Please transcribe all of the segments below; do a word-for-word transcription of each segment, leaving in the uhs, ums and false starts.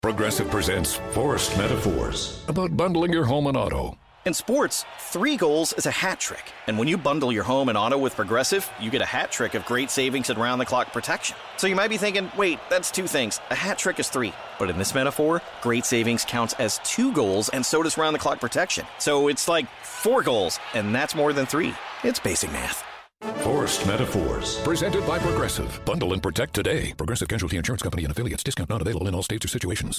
Progressive presents Forced Metaphors about bundling your home and auto. In sports, three goals is a hat trick. And when you bundle your home and auto with Progressive, you get a hat trick of great savings and round-the-clock protection. So you might be thinking, wait, that's two things. A hat trick is three. But in this metaphor, great savings counts as two goals, and so does round-the-clock protection. So it's like four goals, and that's more than three. It's basic math. Forced Metaphors, presented by Progressive. Bundle and protect today. Progressive Casualty Insurance Company and affiliates. Discount not available in all states or situations.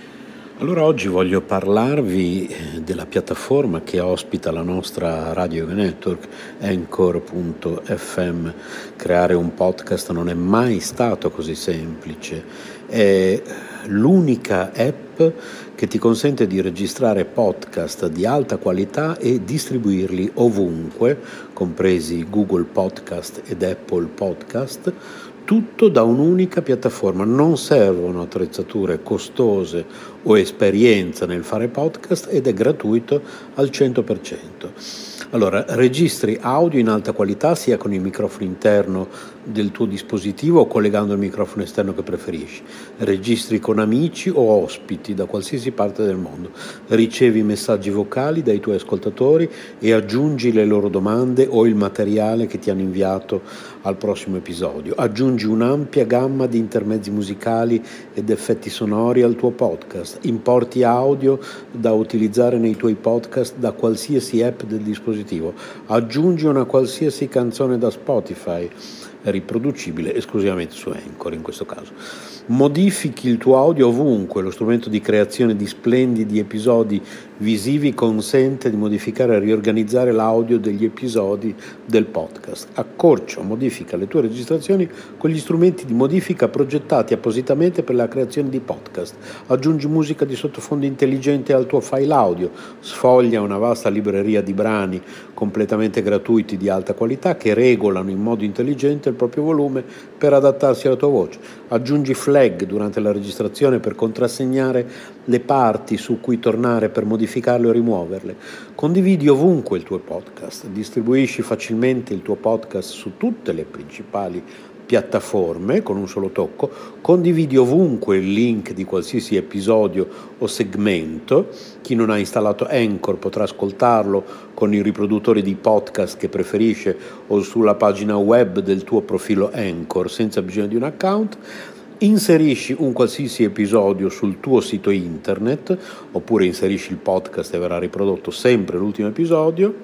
Allora oggi voglio parlarvi della piattaforma che ospita la nostra Radio Network, Anchor punto effe emme. Creare un podcast non è mai stato così semplice. È l'unica app che ti consente di registrare podcast di alta qualità e distribuirli ovunque, compresi Google Podcast ed Apple Podcast, tutto da un'unica piattaforma. Non servono attrezzature costose o esperienza nel fare podcast ed è gratuito al cento per cento. Allora, registri audio in alta qualità sia con il microfono interno del tuo dispositivo o collegando il microfono esterno che preferisci. Registri con amici o ospiti da qualsiasi parte del mondo. Ricevi messaggi vocali dai tuoi ascoltatori e aggiungi le loro domande o il materiale che ti hanno inviato al prossimo episodio. Aggiungi un'ampia gamma di intermezzi musicali ed effetti sonori al tuo podcast. Importi audio da utilizzare nei tuoi podcast da qualsiasi app del dispositivo. Aggiungi una qualsiasi canzone da Spotify, riproducibile esclusivamente su Anchor in questo caso. Modifichi il tuo audio ovunque. Lo strumento di creazione di splendidi episodi visivi consente di modificare e riorganizzare l'audio degli episodi del podcast. Accorcia o modifica le tue registrazioni con gli strumenti di modifica progettati appositamente per la creazione di podcast. Aggiungi musica di sottofondo intelligente al tuo file audio. Sfoglia una vasta libreria di brani completamente gratuiti di alta qualità che regolano in modo intelligente il proprio volume per adattarsi alla tua voce. Aggiungi flag durante la registrazione per contrassegnare le parti su cui tornare per modificarle o rimuoverle. Condividi ovunque il tuo podcast. Distribuisci facilmente il tuo podcast su tutte le principali piattaforme con un solo tocco. Condividi ovunque il link di qualsiasi episodio o segmento. Chi non ha installato Anchor potrà ascoltarlo con i riproduttori di podcast che preferisce o sulla pagina web del tuo profilo Anchor senza bisogno di un account. Inserisci un qualsiasi episodio sul tuo sito internet oppure inserisci il podcast e verrà riprodotto sempre l'ultimo episodio.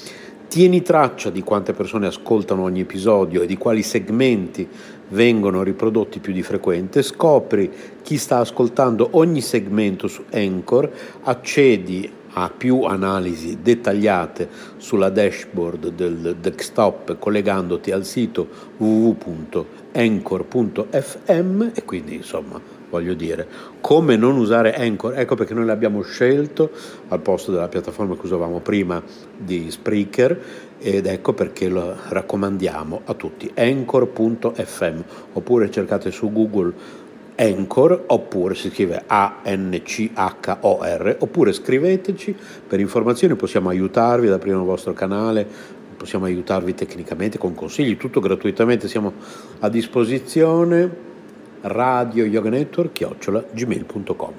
Tieni traccia di quante persone ascoltano ogni episodio e di quali segmenti vengono riprodotti più di frequente. Scopri chi sta ascoltando ogni segmento su Anchor, accedi a più analisi dettagliate sulla dashboard del desktop collegandoti al sito w w w punto anchor punto effe emme e quindi insomma voglio dire come non usare Anchor. Ecco perché noi l'abbiamo scelto al posto della piattaforma che usavamo prima di Spreaker ed ecco perché lo raccomandiamo a tutti. Anchor punto effe emme oppure cercate su Google Anchor oppure si scrive A N C H O R oppure scriveteci per informazioni, possiamo aiutarvi ad aprire il vostro canale, possiamo aiutarvi tecnicamente con consigli, tutto gratuitamente, siamo a disposizione. Radio Yoga Network chiocciola gmail punto com.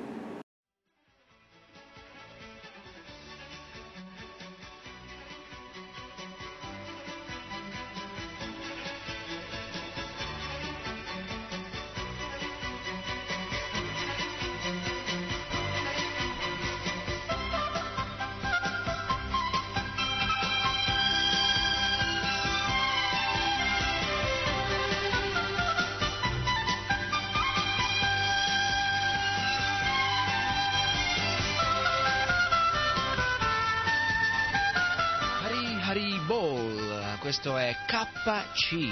Questo è K C.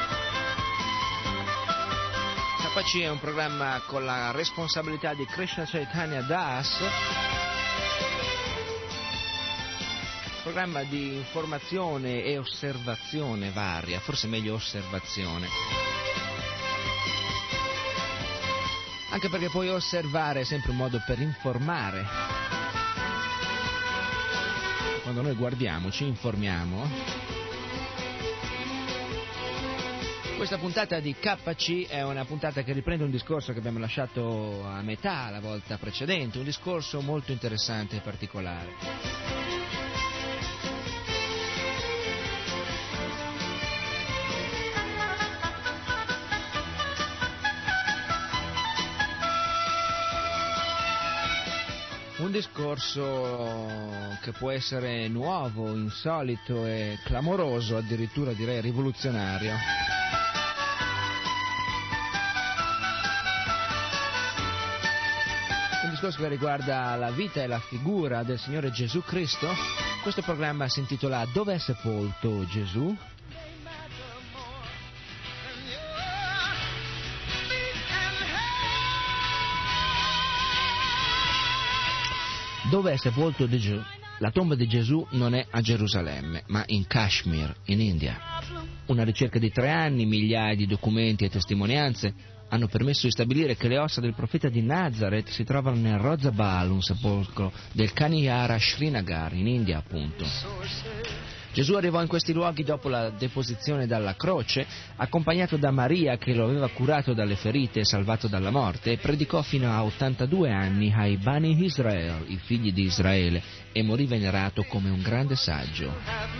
K C è un programma con la responsabilità di Krishna Chaitanya Das, programma di informazione e osservazione varia, forse meglio osservazione, anche perché puoi osservare è sempre un modo per informare. Quando noi guardiamo, ci informiamo. Questa puntata di K C è una puntata che riprende un discorso che abbiamo lasciato a metà la volta precedente, un discorso molto interessante e particolare. Un discorso che può essere nuovo, insolito e clamoroso, addirittura direi rivoluzionario. Un discorso che riguarda la vita e la figura del Signore Gesù Cristo. Questo programma si intitola Dove è sepolto Gesù? Dove è sepolto Gesù? La tomba di Gesù non è a Gerusalemme, ma in Kashmir, in India. Una ricerca di tre anni, migliaia di documenti e testimonianze hanno permesso di stabilire che le ossa del profeta di Nazareth si trovano nel Rozabal, un sepolcro del Kaniyara Srinagar, in India appunto. Gesù arrivò in questi luoghi dopo la deposizione dalla croce, accompagnato da Maria che lo aveva curato dalle ferite e salvato dalla morte, e predicò fino a ottantadue anni ai Bani Israel, i figli di Israele, e morì venerato come un grande saggio.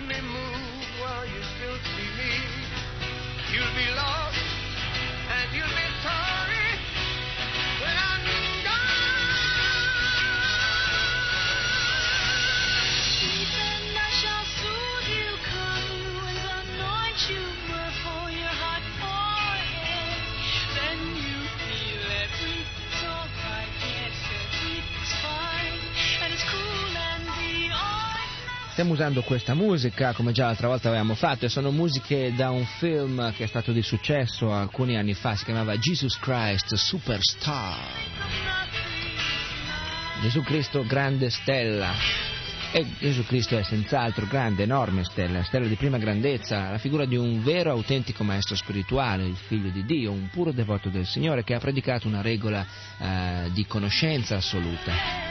Stiamo usando questa musica come già l'altra volta avevamo fatto, e sono musiche da un film che è stato di successo alcuni anni fa, si chiamava Jesus Christ Superstar. Gesù Cristo grande stella. E Gesù Cristo è senz'altro grande, enorme stella, stella di prima grandezza, la figura di un vero autentico maestro spirituale, il figlio di Dio, un puro devoto del Signore che ha predicato una regola eh, di conoscenza assoluta.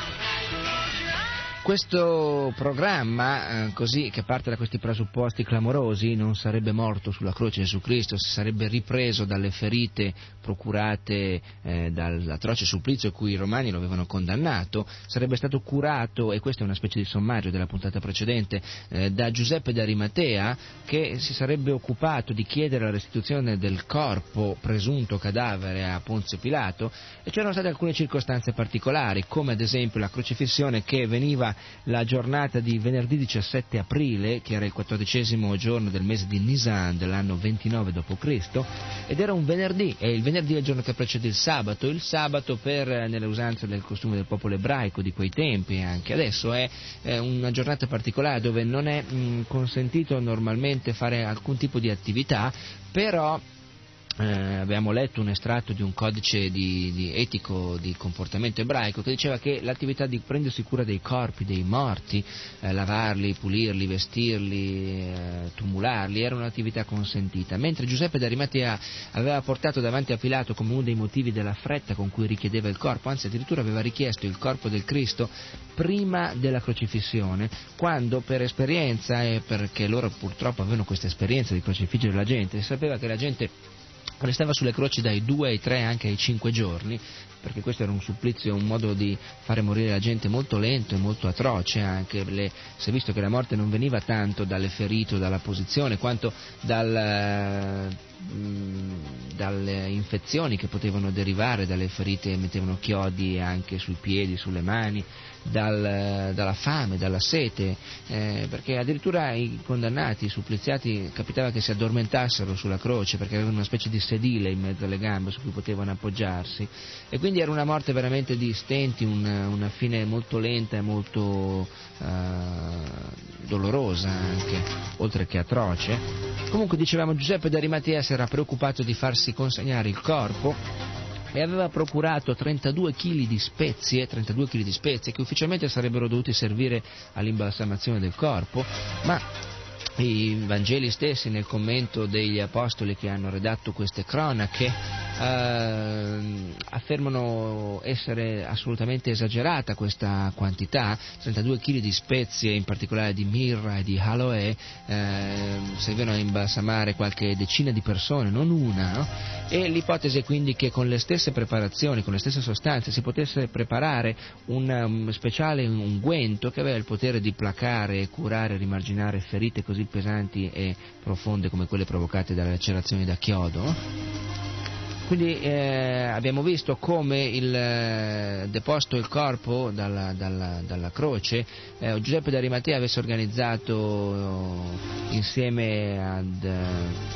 Questo programma, eh, così, che parte da questi presupposti clamorosi, non sarebbe morto sulla croce Gesù Cristo, si sarebbe ripreso dalle ferite procurate eh, dall'atroce supplizio a cui i romani lo avevano condannato, sarebbe stato curato, e questa è una specie di sommario della puntata precedente, eh, da Giuseppe d'Arimatea, che si sarebbe occupato di chiedere la restituzione del corpo presunto cadavere a Ponzio Pilato, e c'erano state alcune circostanze particolari, come ad esempio la crocifissione che veniva la giornata di venerdì diciassette aprile, che era il quattordicesimo giorno del mese di Nisan dell'anno ventinove dopo Cristo, ed era un venerdì, e il venerdì è il giorno che precede il sabato. Il sabato, per nelle usanze del costume del popolo ebraico di quei tempi e anche adesso, è, è una giornata particolare dove non è mh, consentito normalmente fare alcun tipo di attività, però Eh, abbiamo letto un estratto di un codice di, di etico di comportamento ebraico che diceva che l'attività di prendersi cura dei corpi dei morti, eh, lavarli, pulirli, vestirli, eh, tumularli, era un'attività consentita, mentre Giuseppe d'Arimatea aveva portato davanti a Pilato come uno dei motivi della fretta con cui richiedeva il corpo, anzi addirittura aveva richiesto il corpo del Cristo prima della crocifissione, quando per esperienza, e perché loro purtroppo avevano questa esperienza di crocifiggere la gente, si sapeva che la gente restava sulle croci dai due ai tre, anche ai cinque giorni, perché questo era un supplizio, un modo di fare morire la gente molto lento e molto atroce anche. Le, si è visto che la morte non veniva tanto dalle ferite o dalla posizione, quanto dal, mh, dalle infezioni che potevano derivare dalle ferite, mettevano chiodi anche sui piedi, sulle mani, dal, dalla fame, dalla sete, eh, perché addirittura i condannati, i suppliziati, capitava che si addormentassero sulla croce perché avevano una specie di sedile in mezzo alle gambe su cui potevano appoggiarsi, e quindi era una morte veramente di stenti, una, una fine molto lenta e molto eh, dolorosa anche, oltre che atroce. Comunque, dicevamo, Giuseppe d'Arimatea si era preoccupato di farsi consegnare il corpo e aveva procurato trentadue chili di spezie, trentadue chili di spezie che ufficialmente sarebbero dovuti servire all'imbalsamazione del corpo, ma i Vangeli stessi, nel commento degli apostoli che hanno redatto queste cronache, eh, affermano essere assolutamente esagerata questa quantità, trentadue chili di spezie, in particolare di mirra e di aloe, eh, servivano a imbalsamare qualche decina di persone, non una, no? E l'ipotesi è quindi che con le stesse preparazioni, con le stesse sostanze, si potesse preparare un um, speciale unguento che aveva il potere di placare, curare, rimarginare ferite così pesanti e profonde come quelle provocate dalle lacerazioni da chiodo. Quindi eh, abbiamo visto come il, eh, deposto il corpo dalla, dalla, dalla croce, eh, Giuseppe d'Arimatea avesse organizzato eh, insieme ad... Eh,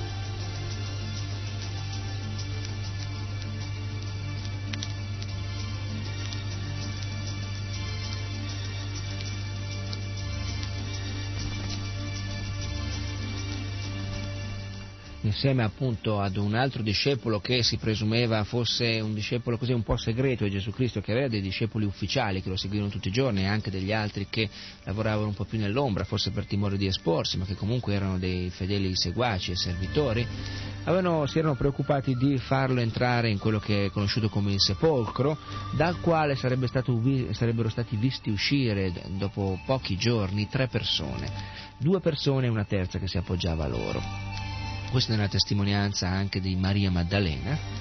insieme appunto ad un altro discepolo che si presumeva fosse un discepolo così un po' segreto di Gesù Cristo, che aveva dei discepoli ufficiali che lo seguivano tutti i giorni, e anche degli altri che lavoravano un po' più nell'ombra, forse per timore di esporsi, ma che comunque erano dei fedeli seguaci e servitori, avevano, si erano preoccupati di farlo entrare in quello che è conosciuto come il sepolcro, dal quale sarebbe stato, sarebbero stati visti uscire dopo pochi giorni tre persone, due persone e una terza che si appoggiava a loro. Questa è una testimonianza anche di Maria Maddalena.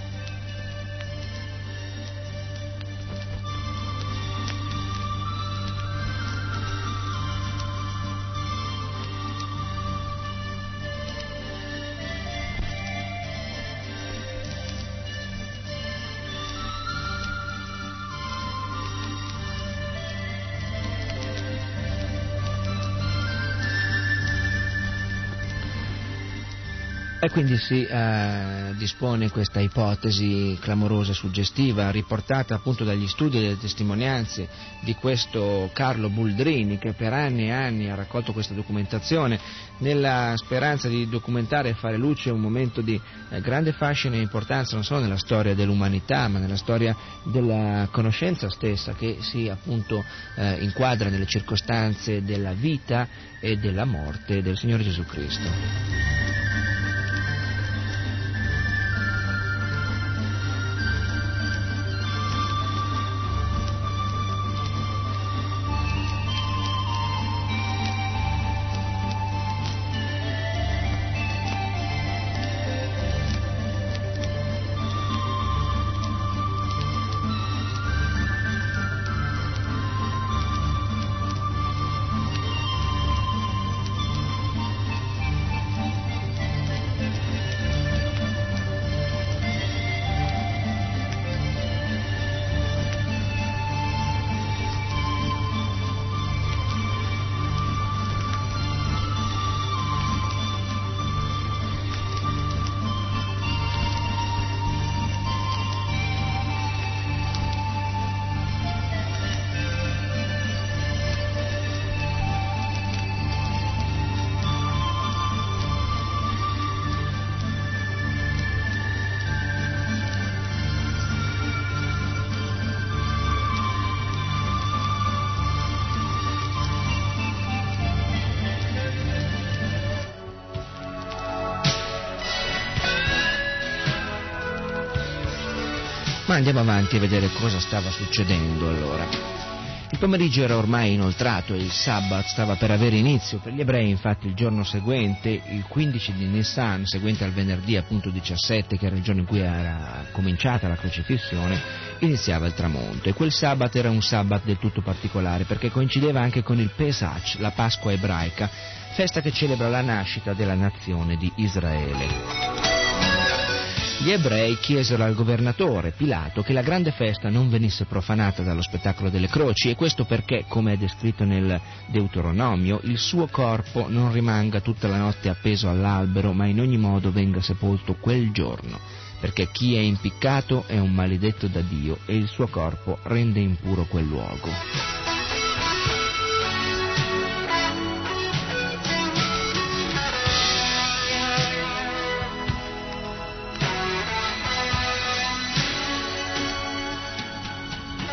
E quindi si eh, dispone questa ipotesi clamorosa e suggestiva, riportata appunto dagli studi e dalle testimonianze di questo Carlo Buldrini, che per anni e anni ha raccolto questa documentazione nella speranza di documentare e fare luce un momento di eh, grande fascino e importanza non solo nella storia dell'umanità, ma nella storia della conoscenza stessa, che si appunto eh, inquadra nelle circostanze della vita e della morte del Signore Gesù Cristo. Ma andiamo avanti a vedere cosa stava succedendo allora. Il pomeriggio era ormai inoltrato e il Sabbat stava per avere inizio. Per gli ebrei infatti il giorno seguente, il quindici di Nissan, seguente al venerdì appunto diciassette, che era il giorno in cui era cominciata la crocifissione, iniziava il tramonto. E quel Sabbat era un Sabbat del tutto particolare, perché coincideva anche con il Pesach, la Pasqua ebraica, festa che celebra la nascita della nazione di Israele. Gli ebrei chiesero al governatore Pilato che la grande festa non venisse profanata dallo spettacolo delle croci, e questo perché, come è descritto nel Deuteronomio, il suo corpo non rimanga tutta la notte appeso all'albero, ma in ogni modo venga sepolto quel giorno, perché chi è impiccato è un maledetto da Dio e il suo corpo rende impuro quel luogo.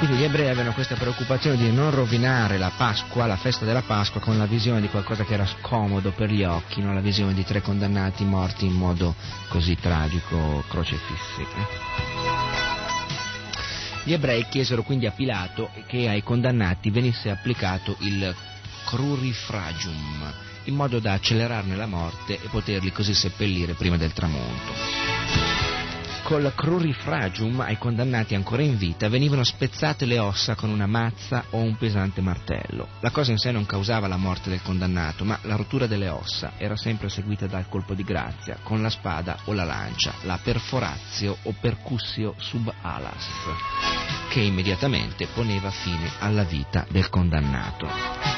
Quindi gli ebrei avevano questa preoccupazione di non rovinare la Pasqua, la festa della Pasqua, con la visione di qualcosa che era scomodo per gli occhi, non la visione di tre condannati morti in modo così tragico, crocefissi. Gli ebrei chiesero quindi a Pilato che ai condannati venisse applicato il crurifragium, in modo da accelerarne la morte e poterli così seppellire prima del tramonto. Col crurifragium ai condannati ancora in vita venivano spezzate le ossa con una mazza o un pesante martello. La cosa in sé non causava la morte del condannato, ma la rottura delle ossa era sempre seguita dal colpo di grazia, con la spada o la lancia, la perforatio o percussio sub alas, che immediatamente poneva fine alla vita del condannato.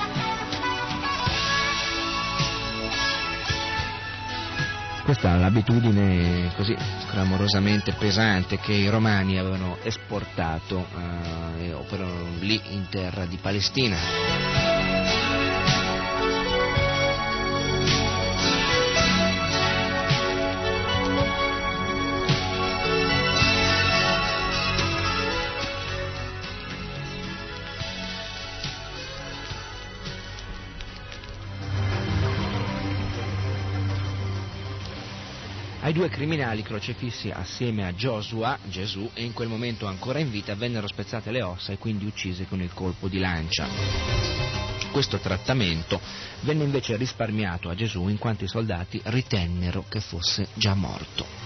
Questa è l'abitudine così clamorosamente pesante che i romani avevano esportato eh, e operano lì in terra di Palestina. Ai due criminali crocefissi assieme a Giosua, Gesù, e in quel momento ancora in vita, vennero spezzate le ossa e quindi uccise con il colpo di lancia. Questo trattamento venne invece risparmiato a Gesù in quanto i soldati ritennero che fosse già morto.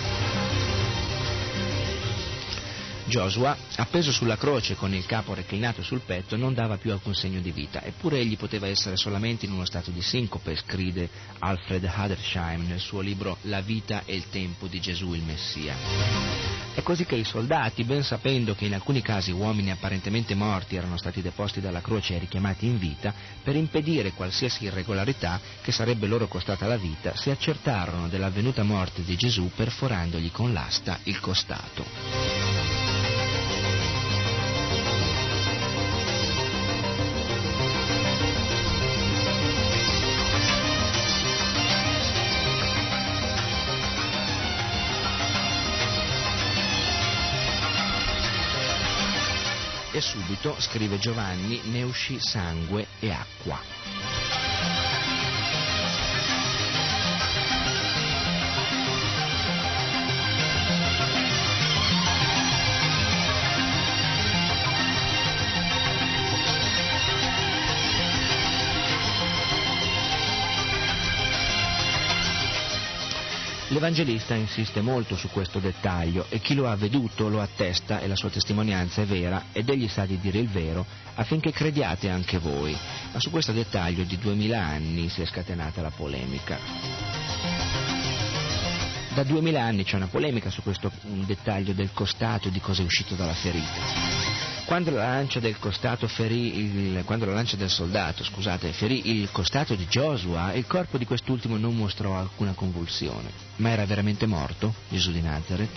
Giosua, appeso sulla croce con il capo reclinato sul petto, non dava più alcun segno di vita, eppure egli poteva essere solamente in uno stato di sincope, scrive Alfred Hadersheim nel suo libro La vita e il tempo di Gesù il Messia. È così che i soldati, ben sapendo che in alcuni casi uomini apparentemente morti erano stati deposti dalla croce e richiamati in vita, per impedire qualsiasi irregolarità che sarebbe loro costata la vita, si accertarono dell'avvenuta morte di Gesù perforandogli con l'asta il costato. E subito, scrive Giovanni, ne uscì sangue e acqua. L'Evangelista insiste molto su questo dettaglio e chi lo ha veduto lo attesta e la sua testimonianza è vera ed egli sa di dire il vero affinché crediate anche voi. Ma su questo dettaglio di duemila anni si è scatenata la polemica. Da duemila anni c'è una polemica su questo dettaglio del costato e di cosa è uscito dalla ferita. Quando la lancia del costato ferì il, quando la lancia del soldato, scusate, ferì il costato di Giosua, il corpo di quest'ultimo non mostrò alcuna convulsione. Ma era veramente morto Gesù di Nazaret?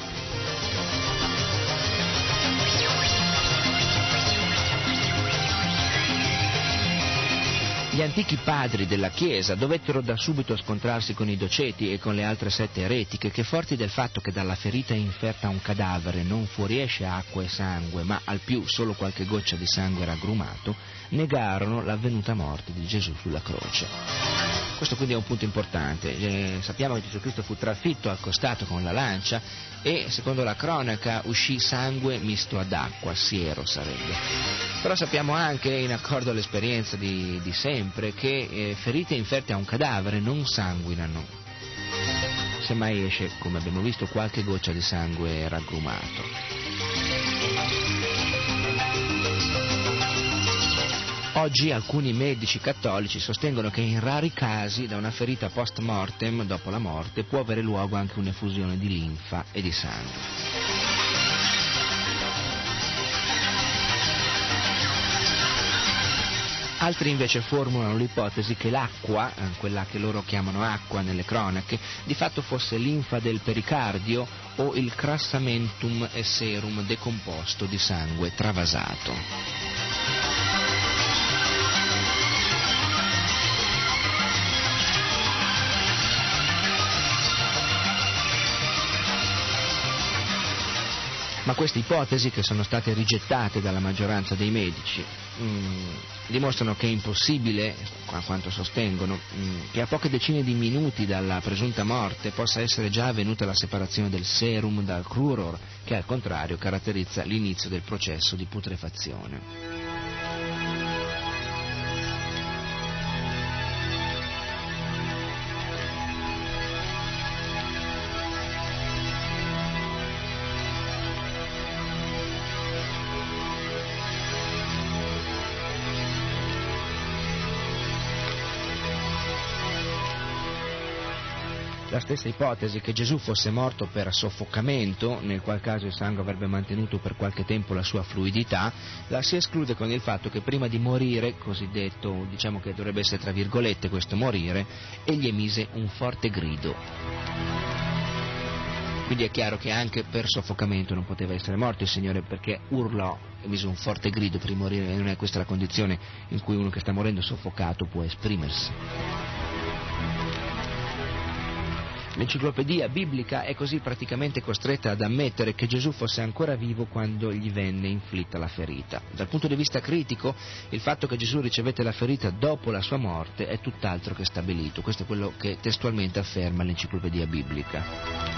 Gli antichi padri della Chiesa dovettero da subito scontrarsi con i doceti e con le altre sette eretiche che, forti del fatto che dalla ferita inferta a un cadavere non fuoriesce acqua e sangue, ma al più solo qualche goccia di sangue ragrumato, negarono l'avvenuta morte di Gesù sulla croce. Questo quindi è un punto importante. Eh, sappiamo che Gesù Cristo fu trafitto al costato con la lancia e, secondo la cronaca, uscì sangue misto ad acqua, siero sarebbe. Però sappiamo anche, in accordo all'esperienza di, di sempre, che eh, ferite inferte a un cadavere non sanguinano. Semmai esce, come abbiamo visto, qualche goccia di sangue raggrumato. Oggi alcuni medici cattolici sostengono che in rari casi da una ferita post mortem, dopo la morte, può avere luogo anche un'effusione di linfa e di sangue. Altri invece formulano l'ipotesi che l'acqua, quella che loro chiamano acqua nelle cronache, di fatto fosse linfa del pericardio o il crassamentum e serum decomposto di sangue travasato. Ma queste ipotesi, che sono state rigettate dalla maggioranza dei medici, mh, dimostrano che è impossibile, a quanto sostengono, mh, che a poche decine di minuti dalla presunta morte possa essere già avvenuta la separazione del serum dal cruror, che al contrario caratterizza l'inizio del processo di putrefazione. La stessa ipotesi che Gesù fosse morto per soffocamento, nel qual caso il sangue avrebbe mantenuto per qualche tempo la sua fluidità, la si esclude con il fatto che prima di morire, cosiddetto, diciamo che dovrebbe essere tra virgolette questo morire, egli emise un forte grido. Quindi è chiaro che anche per soffocamento non poteva essere morto il Signore, perché urlò, emise un forte grido per morire, e non è questa la condizione in cui uno che sta morendo soffocato può esprimersi. L'enciclopedia biblica è così praticamente costretta ad ammettere che Gesù fosse ancora vivo quando gli venne inflitta la ferita. Dal punto di vista critico, il fatto che Gesù ricevette la ferita dopo la sua morte è tutt'altro che stabilito. Questo è quello che testualmente afferma l'enciclopedia biblica.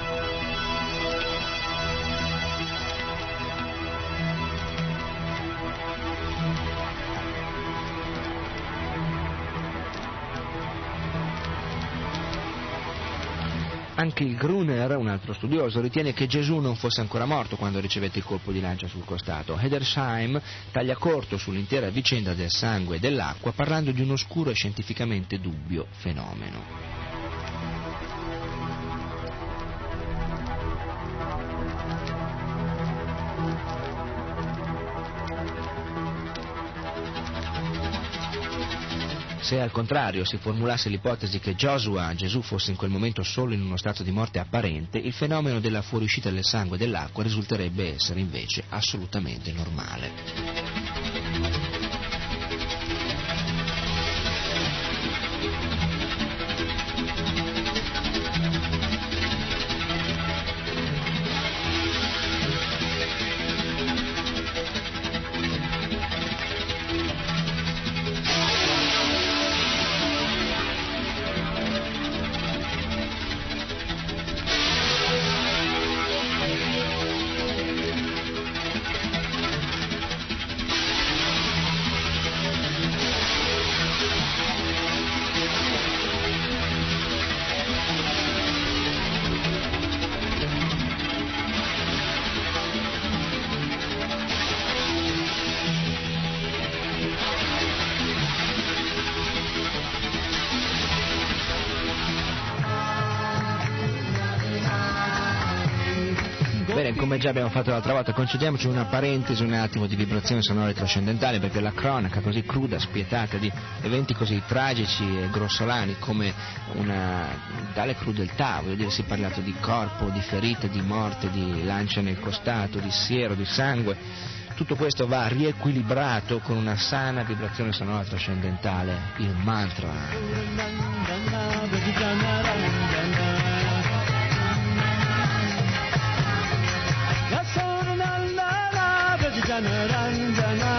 Anche il Gruner, un altro studioso, ritiene che Gesù non fosse ancora morto quando ricevette il colpo di lancia sul costato. Hedersheim taglia corto sull'intera vicenda del sangue e dell'acqua, parlando di un oscuro e scientificamente dubbio fenomeno. Se al contrario si formulasse l'ipotesi che Giosuè, Gesù, fosse in quel momento solo in uno stato di morte apparente, il fenomeno della fuoriuscita del sangue e dell'acqua risulterebbe essere invece assolutamente normale. Bene, come già abbiamo fatto l'altra volta, concediamoci una parentesi, un attimo di vibrazione sonora trascendentale, perché la cronaca così cruda, spietata di eventi così tragici e grossolani come una tale crudeltà, voglio dire, si è parlato di corpo, di ferite, di morte, di lancia nel costato, di siero, di sangue, tutto questo va riequilibrato con una sana vibrazione sonora trascendentale, il mantra. Janaranjana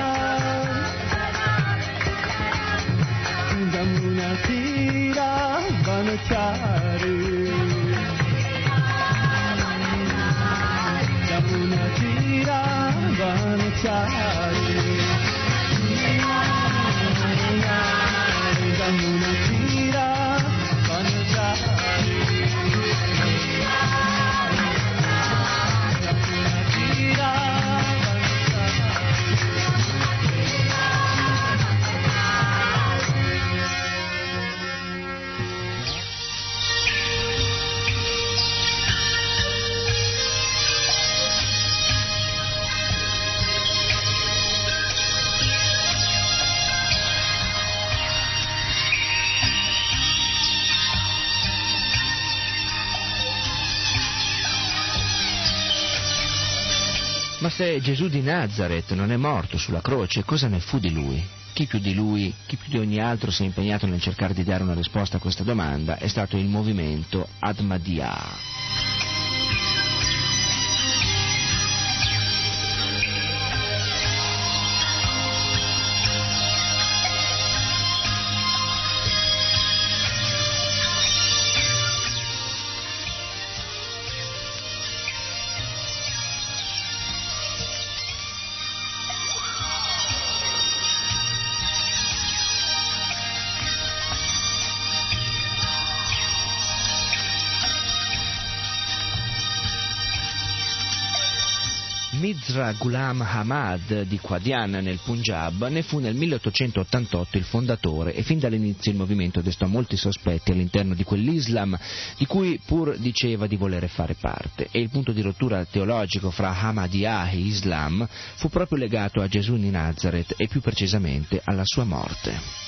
Damuna Tira Vanachari Damuna Tira Vanachari Damuna Tira Vanachari Ma se Gesù di Nazareth non è morto sulla croce, cosa ne fu di lui? Chi più di lui, chi più di ogni altro si è impegnato nel cercare di dare una risposta a questa domanda è stato il movimento Ahmadiyya. Mirza Ghulam Ahmad di Qadian nel Punjab ne fu nel milleottocentottantotto il fondatore e fin dall'inizio il movimento destò molti sospetti all'interno di quell'Islam di cui pur diceva di volere fare parte, e il punto di rottura teologico fra Ahmadiyya e Islam fu proprio legato a Gesù di Nazareth e più precisamente alla sua morte.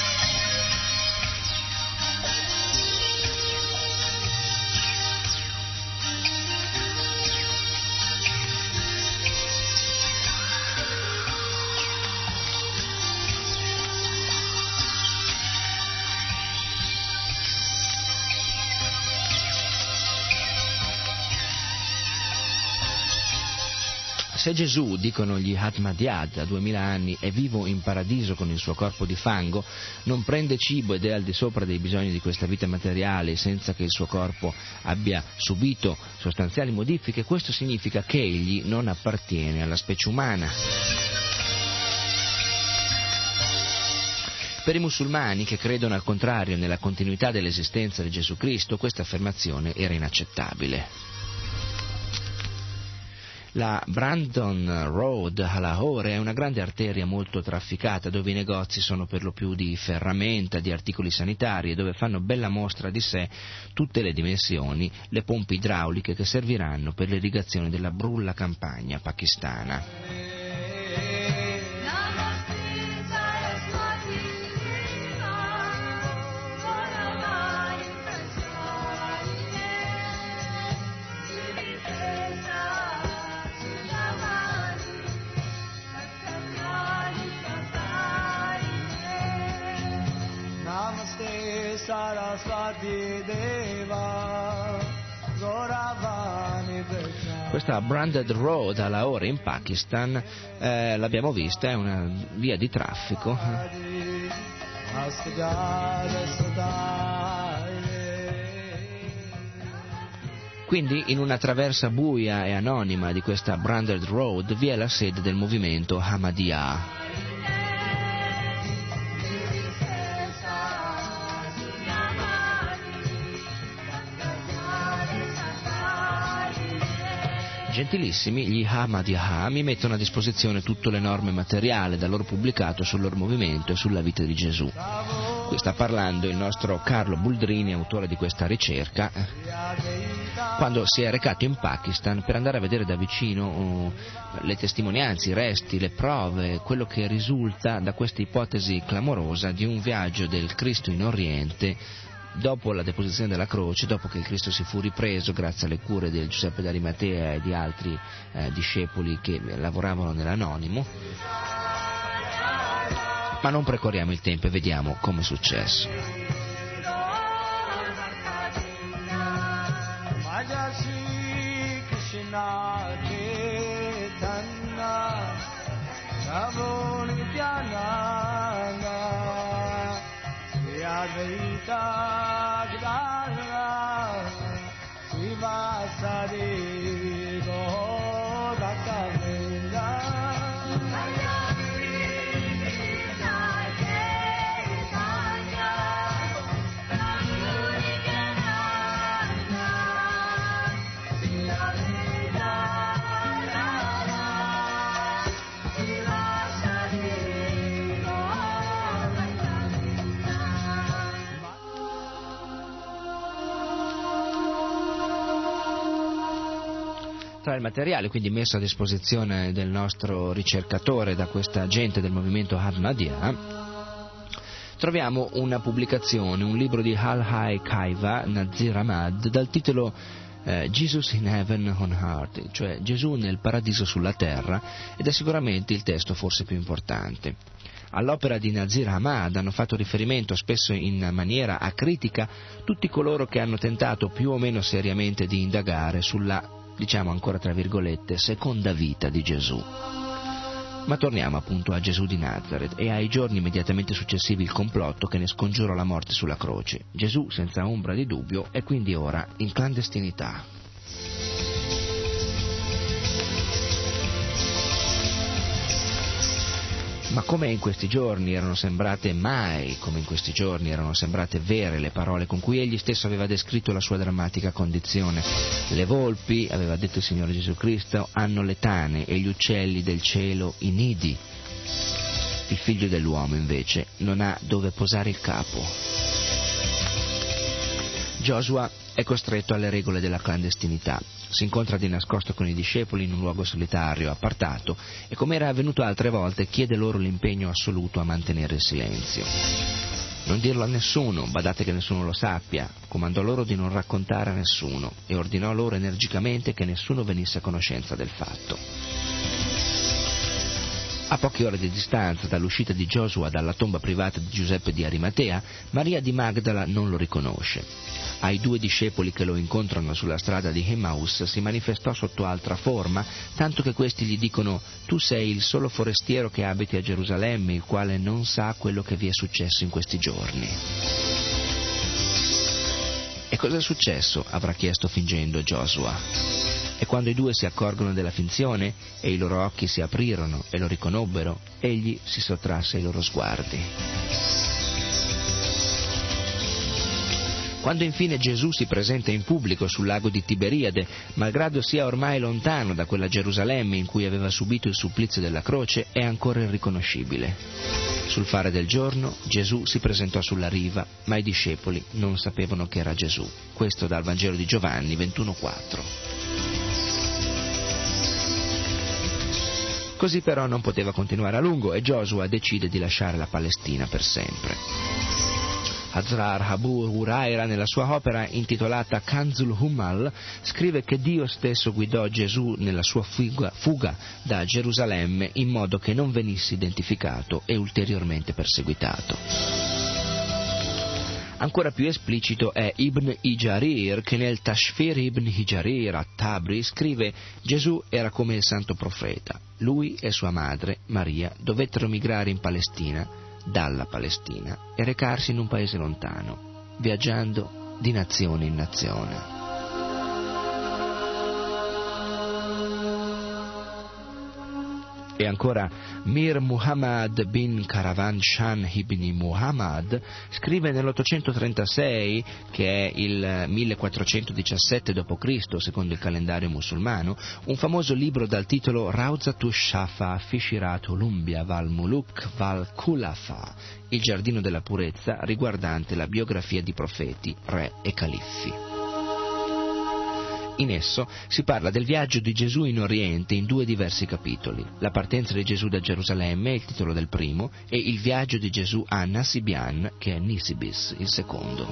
Se Gesù, dicono gli Ahmadiyya, da duemila anni è vivo in paradiso con il suo corpo di fango, non prende cibo ed è al di sopra dei bisogni di questa vita materiale senza che il suo corpo abbia subito sostanziali modifiche, questo significa che egli non appartiene alla specie umana. Per i musulmani, che credono al contrario nella continuità dell'esistenza di Gesù Cristo, questa affermazione era inaccettabile. La Brandon Road a Lahore è una grande arteria molto trafficata dove i negozi sono per lo più di ferramenta, di articoli sanitari e dove fanno bella mostra di sé tutte le dimensioni le pompe idrauliche che serviranno per l'irrigazione della brulla campagna pakistana. Questa Branded Road a Lahore in Pakistan, eh, l'abbiamo vista, è una via di traffico. Quindi in una traversa buia e anonima di questa Branded Road vi è la sede del movimento Ahmadiyya. Gentilissimi, gli Ahmadiyya mi mettono a disposizione tutto l'enorme materiale da loro pubblicato sul loro movimento e sulla vita di Gesù. Qui sta parlando il nostro Carlo Buldrini, autore di questa ricerca, quando si è recato in Pakistan per andare a vedere da vicino uh, le testimonianze, i resti, le prove, quello che risulta da questa ipotesi clamorosa di un viaggio del Cristo in Oriente dopo la deposizione della croce, dopo che il Cristo si fu ripreso grazie alle cure di Giuseppe d'Arimatea e di altri eh, discepoli che lavoravano nell'anonimo. Ma non precorriamo il tempo e vediamo come è successo. Tra il materiale quindi messo a disposizione del nostro ricercatore da questa gente del movimento Ahmadiyya troviamo una pubblicazione, un libro di Al-Hai Kaiva Nazir Ahmad dal titolo eh, Jesus in Heaven on Earth, cioè Gesù nel paradiso sulla terra, ed è sicuramente il testo forse più importante. All'opera di Nazir Ahmad hanno fatto riferimento spesso in maniera acritica tutti coloro che hanno tentato più o meno seriamente di indagare sulla, diciamo ancora tra virgolette, seconda vita di Gesù. Ma torniamo appunto a Gesù di Nazareth e ai giorni immediatamente successivi il complotto che ne scongiurò la morte sulla croce. Gesù, senza ombra di dubbio, è quindi ora in clandestinità. Ma come in questi giorni erano sembrate mai, come in questi giorni erano sembrate vere le parole con cui egli stesso aveva descritto la sua drammatica condizione. Le volpi, aveva detto il Signore Gesù Cristo, hanno le tane e gli uccelli del cielo i nidi. Il figlio dell'uomo invece non ha dove posare il capo. Giosua è costretto alle regole della clandestinità. Si incontra di nascosto con i discepoli in un luogo solitario, appartato, e come era avvenuto altre volte chiede loro l'impegno assoluto a mantenere il silenzio. Non dirlo a nessuno, badate che nessuno lo sappia, comandò loro di non raccontare a nessuno e ordinò loro energicamente che nessuno venisse a conoscenza del fatto. A poche ore di distanza dall'uscita di Giosua dalla tomba privata di Giuseppe di Arimatea, Maria di Magdala non lo riconosce. Ai due discepoli che lo incontrano sulla strada di Emmaus si manifestò sotto altra forma, tanto che questi gli dicono: «Tu sei il solo forestiero che abiti a Gerusalemme, il quale non sa quello che vi è successo in questi giorni». «E cosa è successo?» avrà chiesto fingendo Giosua. E quando i due si accorgono della finzione e i loro occhi si aprirono e lo riconobbero, egli si sottrasse ai loro sguardi. Quando infine Gesù si presenta in pubblico sul lago di Tiberiade, malgrado sia ormai lontano da quella Gerusalemme in cui aveva subito il supplizio della croce, è ancora irriconoscibile. Sul fare del giorno Gesù si presentò sulla riva, ma i discepoli non sapevano che era Gesù. Questo dal Vangelo di Giovanni ventuno quattro. Così però non poteva continuare a lungo e Giosua decide di lasciare la Palestina per sempre. Hazrar Habur Huraira, nella sua opera intitolata Kanzul Hummal, scrive che Dio stesso guidò Gesù nella sua fuga, fuga da Gerusalemme in modo che non venisse identificato e ulteriormente perseguitato. Ancora più esplicito è Ibn Hijarir, che nel Tashfir Ibn Hijarir at-Tabri scrive: Gesù era come il santo profeta. Lui e sua madre, Maria, dovettero migrare in Palestina, dalla Palestina, e recarsi in un paese lontano, viaggiando di nazione in nazione. E ancora Mir Muhammad bin Karavan Shan ibn Muhammad scrive nell'ottocentotrentasei, che è il millequattrocentodiciassette dopo Cristo secondo il calendario musulmano, un famoso libro dal titolo Rawzatush Shafa fi Shirat Ulumbia Val Muluk Val Khulafa, il giardino della purezza, riguardante la biografia di profeti, re e califfi. In esso si parla del viaggio di Gesù in Oriente in due diversi capitoli: la partenza di Gesù da Gerusalemme, il titolo del primo, e il viaggio di Gesù a Nasibian, che è Nisibis, il secondo.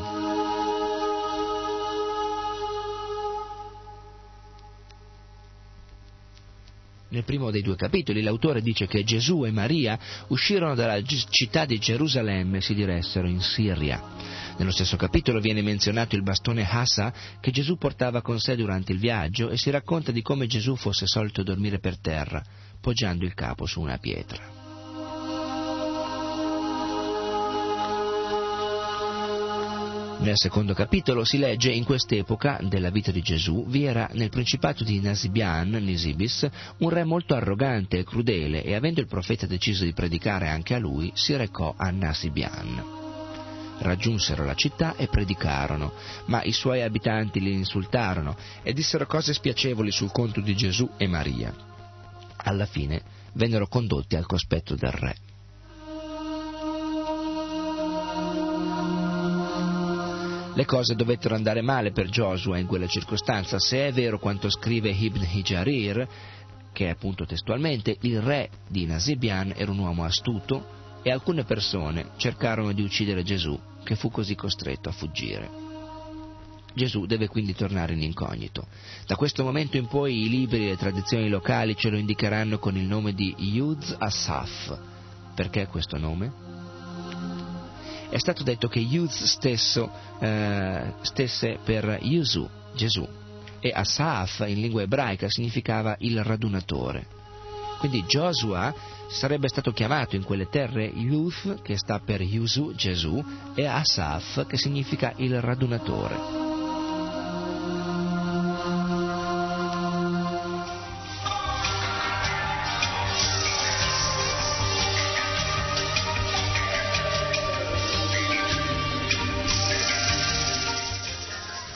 Nel primo dei due capitoli l'autore dice che Gesù e Maria uscirono dalla città di Gerusalemme e si diressero in Siria. Nello stesso capitolo viene menzionato il bastone Hassa che Gesù portava con sé durante il viaggio e si racconta di come Gesù fosse solito dormire per terra, poggiando il capo su una pietra. Nel secondo capitolo si legge: in quest'epoca della vita di Gesù vi era nel principato di Nasibian, Nisibis, un re molto arrogante e crudele, e avendo il profeta deciso di predicare anche a lui, si recò a Nasibian. Raggiunsero la città e predicarono, ma i suoi abitanti li insultarono e dissero cose spiacevoli sul conto di Gesù e Maria. Alla fine vennero condotti al cospetto del re. Le cose dovettero andare male per Giosua in quella circostanza, se è vero quanto scrive Ibn Hijarir, che è appunto testualmente: il re di Nasibian era un uomo astuto e alcune persone cercarono di uccidere Gesù, che fu così costretto a fuggire. Gesù deve quindi tornare in incognito. Da questo momento in poi i libri e le tradizioni locali ce lo indicheranno con il nome di Yuz Asaf. Perché questo nome? È stato detto che Yuz stesso eh, stesse per Yuzu, Gesù, e Asaf in lingua ebraica significava il radunatore. Quindi Giosua sarebbe stato chiamato in quelle terre Youth, che sta per Yuzu, Gesù, e Asaf, che significa il radunatore.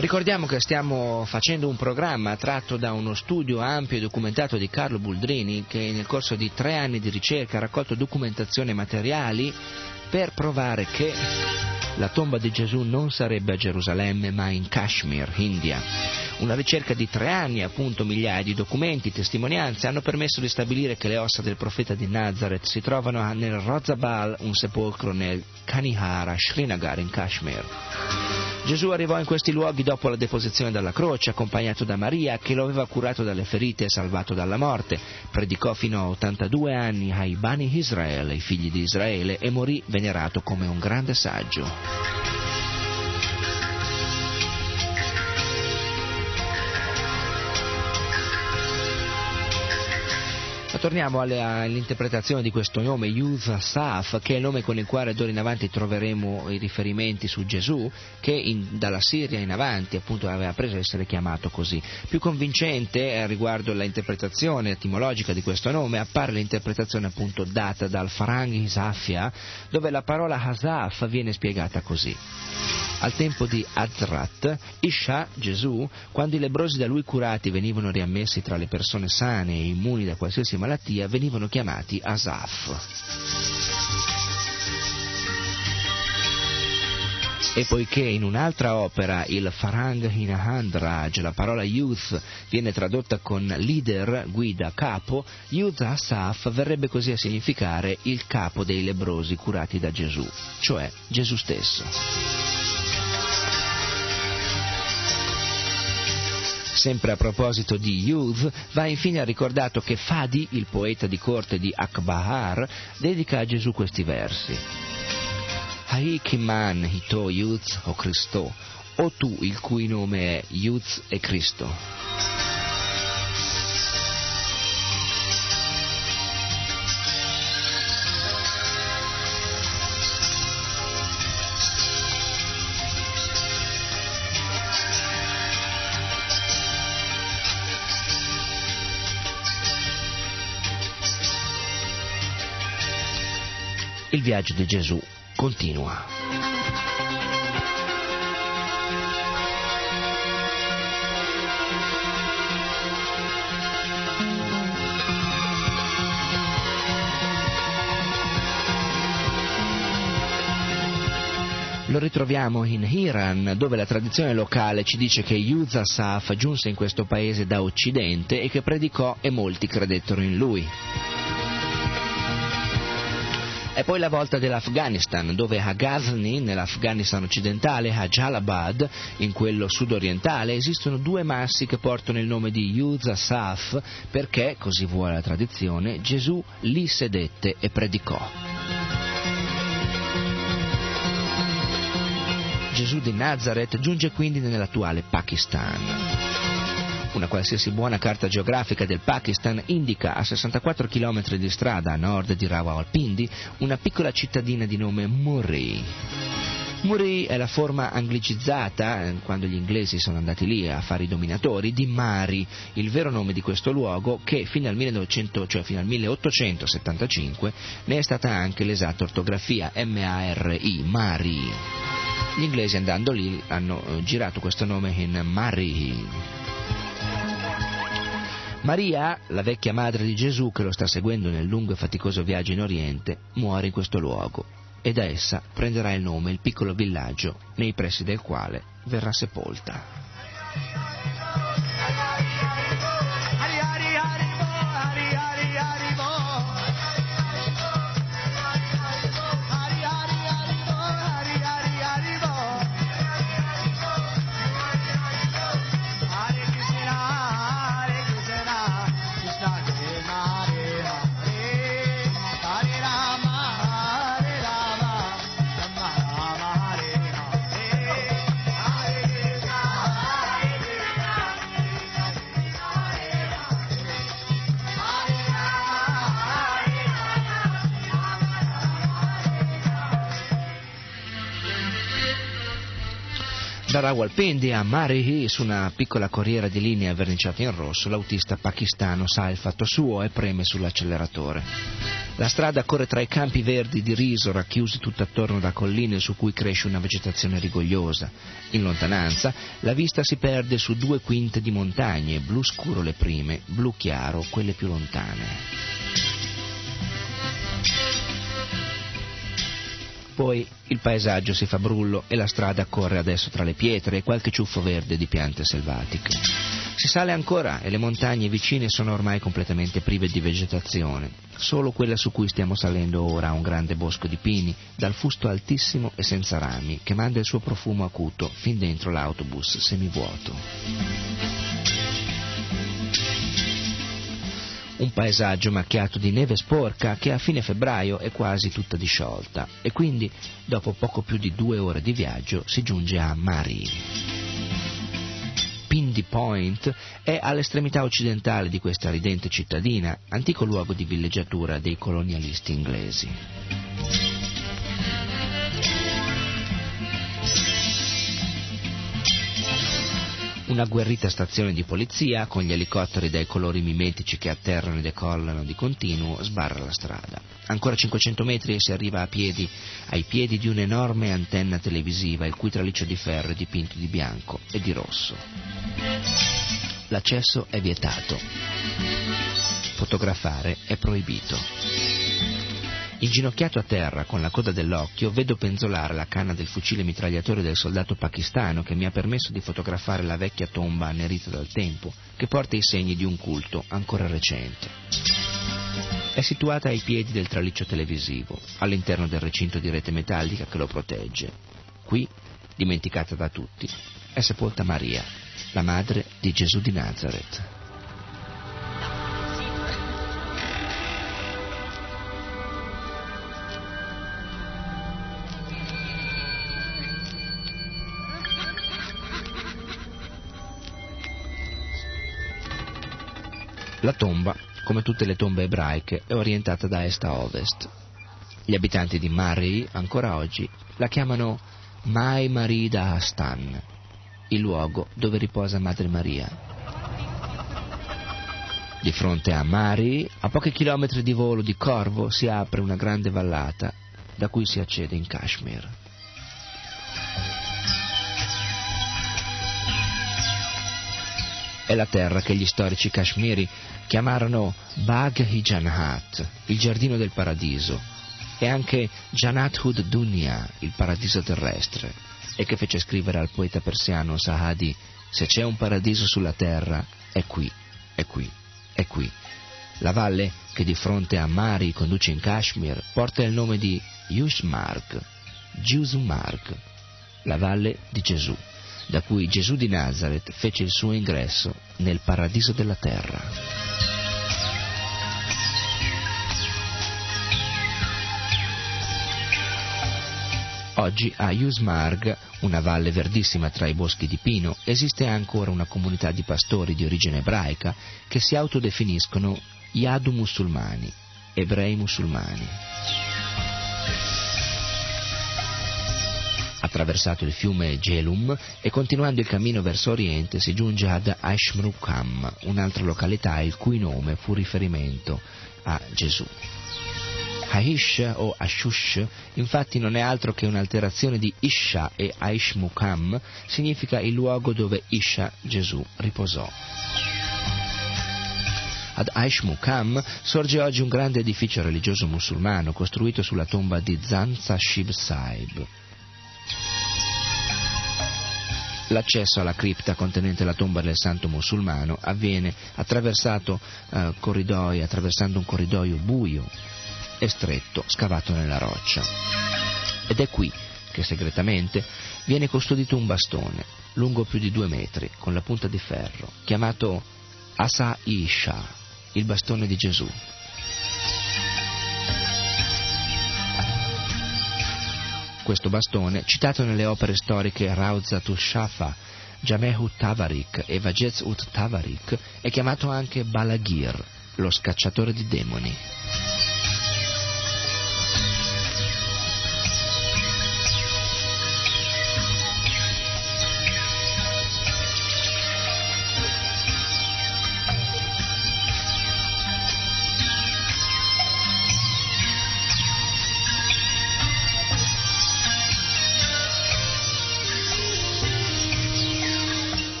Ricordiamo che stiamo facendo un programma tratto da uno studio ampio e documentato di Carlo Buldrini, che nel corso di tre anni di ricerca ha raccolto documentazione e materiali per provare che la tomba di Gesù non sarebbe a Gerusalemme ma in Kashmir, India. Una ricerca di tre anni, appunto, migliaia di documenti, testimonianze hanno permesso di stabilire che le ossa del profeta di Nazareth si trovano nel Rozabal, un sepolcro nel Kanihara, Srinagar, in Kashmir. Gesù arrivò in questi luoghi dopo la deposizione dalla croce, accompagnato da Maria, che lo aveva curato dalle ferite e salvato dalla morte. Predicò fino a ottantadue anni ai Bani Israel, ai figli di Israele, e morì venerato come un grande saggio. Torniamo all'interpretazione di questo nome, Yud Asaf, che è il nome con il quale d'ora in avanti troveremo i riferimenti su Gesù, che in, dalla Siria in avanti appunto aveva preso a essere chiamato così. Più convincente eh, riguardo l'interpretazione etimologica di questo nome appare l'interpretazione appunto data dal Farang Isafia, dove la parola Asaf viene spiegata così. Al tempo di Azrat, Isha, Gesù, quando i lebbrosi da lui curati venivano riammessi tra le persone sane e immuni da qualsiasi malattia, venivano chiamati Asaf. E poiché in un'altra opera, il Farang Hinahandraj, la parola youth viene tradotta con leader, guida, capo, Yud Asaf verrebbe così a significare il capo dei lebbrosi curati da Gesù, cioè Gesù stesso. Sempre a proposito di Yud, va infine ricordato che Fadi, il poeta di corte di Akbahar, dedica a Gesù questi versi. Hai Kiman Hito Yud o Cristo, o tu il cui nome è Yud e Cristo. Il viaggio di Gesù continua. Lo ritroviamo in Iran, dove la tradizione locale ci dice che Yud Asaf giunse in questo paese da Occidente e che predicò e molti credettero in lui. È poi la volta dell'Afghanistan, dove a Ghazni, nell'Afghanistan occidentale, a Jalalabad, in quello sudorientale, esistono due massi che portano il nome di Yud Asaf perché, così vuole la tradizione, Gesù lì sedette e predicò. Gesù di Nazareth giunge quindi nell'attuale Pakistan. Una qualsiasi buona carta geografica del Pakistan indica a sessantaquattro chilometri di strada a nord di Rawalpindi una piccola cittadina di nome Murree. Murree è la forma anglicizzata, quando gli inglesi sono andati lì a fare i dominatori, di Mari, il vero nome di questo luogo che fino al millenovecento, cioè fino al milleottocentosettantacinque ne è stata anche l'esatta ortografia, M A R I, Mari. Gli inglesi andando lì hanno girato questo nome in Mari. Maria, la vecchia madre di Gesù che lo sta seguendo nel lungo e faticoso viaggio in Oriente, muore in questo luogo e da essa prenderà il nome il piccolo villaggio nei pressi del quale verrà sepolta. Da Rawalpindi a Mari, su una piccola corriera di linea verniciata in rosso, l'autista pakistano sa il fatto suo e preme sull'acceleratore. La strada corre tra i campi verdi di riso racchiusi tutt'attorno da colline su cui cresce una vegetazione rigogliosa. In lontananza la vista si perde su due quinte di montagne, blu scuro le prime, blu chiaro quelle più lontane. Poi il paesaggio si fa brullo e la strada corre adesso tra le pietre e qualche ciuffo verde di piante selvatiche. Si sale ancora e le montagne vicine sono ormai completamente prive di vegetazione. Solo quella su cui stiamo salendo ora ha un grande bosco di pini, dal fusto altissimo e senza rami, che manda il suo profumo acuto fin dentro l'autobus semivuoto. Un paesaggio macchiato di neve sporca che a fine febbraio è quasi tutta disciolta e quindi, dopo poco più di due ore di viaggio, si giunge a Mari. Pindy Point è all'estremità occidentale di questa ridente cittadina, antico luogo di villeggiatura dei colonialisti inglesi. Una agguerrita stazione di polizia, con gli elicotteri dai colori mimetici che atterrano e decollano di continuo, sbarra la strada. Ancora cinquecento metri e si arriva a piedi, ai piedi di un'enorme antenna televisiva, il cui traliccio di ferro è dipinto di bianco e di rosso. L'accesso è vietato. Fotografare è proibito. Inginocchiato a terra, con la coda dell'occhio, vedo penzolare la canna del fucile mitragliatore del soldato pakistano che mi ha permesso di fotografare la vecchia tomba annerita dal tempo, che porta i segni di un culto ancora recente. È situata ai piedi del traliccio televisivo, all'interno del recinto di rete metallica che lo protegge. Qui, dimenticata da tutti, è sepolta Maria, la madre di Gesù di Nazareth. La tomba, come tutte le tombe ebraiche, è orientata da est a ovest. Gli abitanti di Mari, ancora oggi, la chiamano Mai Marida Astan, il luogo dove riposa Madre Maria. Di fronte a Mari, a pochi chilometri di volo di corvo, si apre una grande vallata da cui si accede in Kashmir. È la terra che gli storici kashmiri chiamarono Bagh-i-Jannat, il giardino del paradiso, e anche Jannat-ud Dunya, il paradiso terrestre, e che fece scrivere al poeta persiano Sa'adi: se c'è un paradiso sulla terra, è qui, è qui, è qui. La valle che di fronte a Mari conduce in Kashmir porta il nome di Yushmarg, Jusmarg, la valle di Gesù, da cui Gesù di Nazareth fece il suo ingresso nel paradiso della terra. Oggi a Yusmarg, una valle verdissima tra i boschi di pino, esiste ancora una comunità di pastori di origine ebraica che si autodefiniscono Yadu musulmani, ebrei musulmani. Attraversato il fiume Jhelum e continuando il cammino verso oriente si giunge ad Aishmrukam, un'altra località il cui nome fu riferimento a Gesù. Aish o Ashush infatti non è altro che un'alterazione di Isha, e Aishmukam significa il luogo dove Isha, Gesù, riposò. Ad Aishmukam sorge oggi un grande edificio religioso musulmano costruito sulla tomba di Zan Sahib Sahib. L'accesso alla cripta contenente la tomba del santo musulmano avviene attraversato eh, corridoi, attraversando un corridoio buio e stretto scavato nella roccia. Ed è qui che segretamente viene custodito un bastone lungo più di due metri con la punta di ferro, chiamato Asa Isha, il bastone di Gesù. Questo bastone, citato nelle opere storiche Rawzat ul-Shafa, Jameh Tavarik e Vajez ut Tavarik, è chiamato anche Balagir, lo scacciatore di demoni.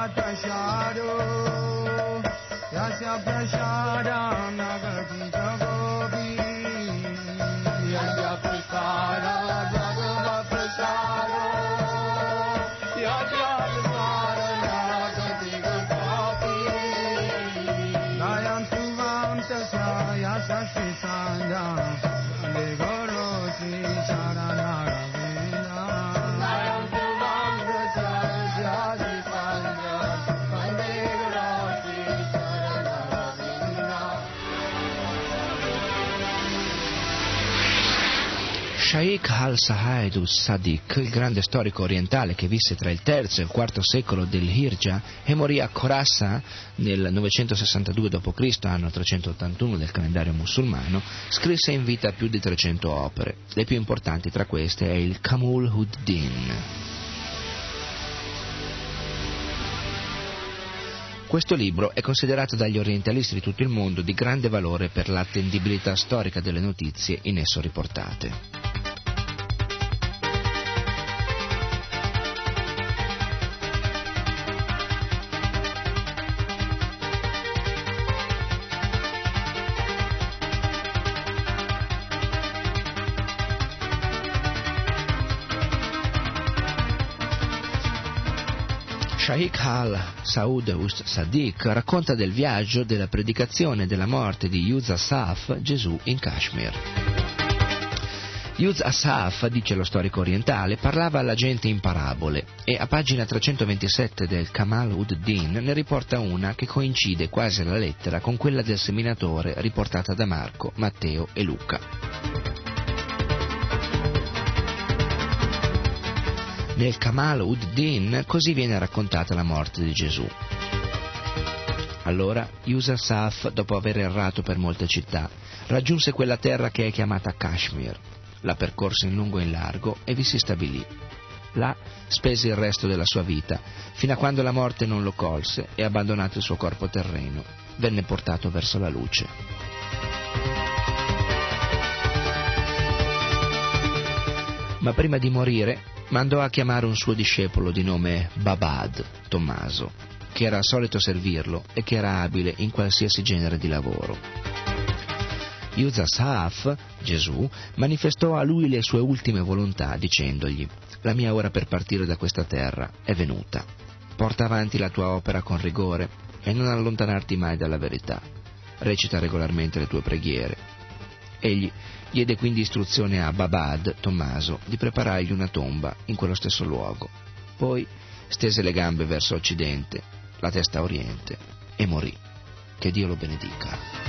prashado yasya prashada nagati jagobi yasya prashada bhagava prashado yasya prashada nagati jagobi nayam suvam tasya yasya shri sanja ande goro shri charana ravina nayam suvam tasya yasya shri sanja ande goro shri charana ravina. Shaykh al-Sahaidus Sadiq, il grande storico orientale che visse tra il terzo e il quarto secolo dell'Hijra e morì a Khorasan nel novecentosessantadue dopo Cristo, anno trecentottantuno del calendario musulmano, scrisse in vita più di trecento opere. Le più importanti tra queste è il Kamul ud-Din. Questo libro è considerato dagli orientalisti di tutto il mondo di grande valore per l'attendibilità storica delle notizie in esso riportate. Shaykh al-Saud Sadiq racconta del viaggio, della predicazione e della morte di Yuz Asaf, Gesù in Kashmir. Yuz Asaf, dice lo storico orientale, parlava alla gente in parabole e a pagina trecentoventisette del Kamal ud-Din ne riporta una che coincide quasi alla lettera con quella del seminatore riportata da Marco, Matteo e Luca. Nel Kamal ud-Din così viene raccontata la morte di Gesù. Allora Yuz Asaf, dopo aver errato per molte città, raggiunse quella terra che è chiamata Kashmir, la percorse in lungo e in largo e vi si stabilì. Là spese il resto della sua vita, fino a quando la morte non lo colse e, abbandonato il suo corpo terreno, venne portato verso la luce. Ma prima di morire mandò a chiamare un suo discepolo di nome Babad, Tommaso, che era solito servirlo e che era abile in qualsiasi genere di lavoro. Yuz Asaf, Gesù, manifestò a lui le sue ultime volontà dicendogli: «La mia ora per partire da questa terra è venuta. Porta avanti la tua opera con rigore e non allontanarti mai dalla verità. Recita regolarmente le tue preghiere». Egli diede quindi istruzione a Babad, Tommaso, di preparargli una tomba in quello stesso luogo. Poi stese le gambe verso occidente, la testa a oriente e morì. Che Dio lo benedica.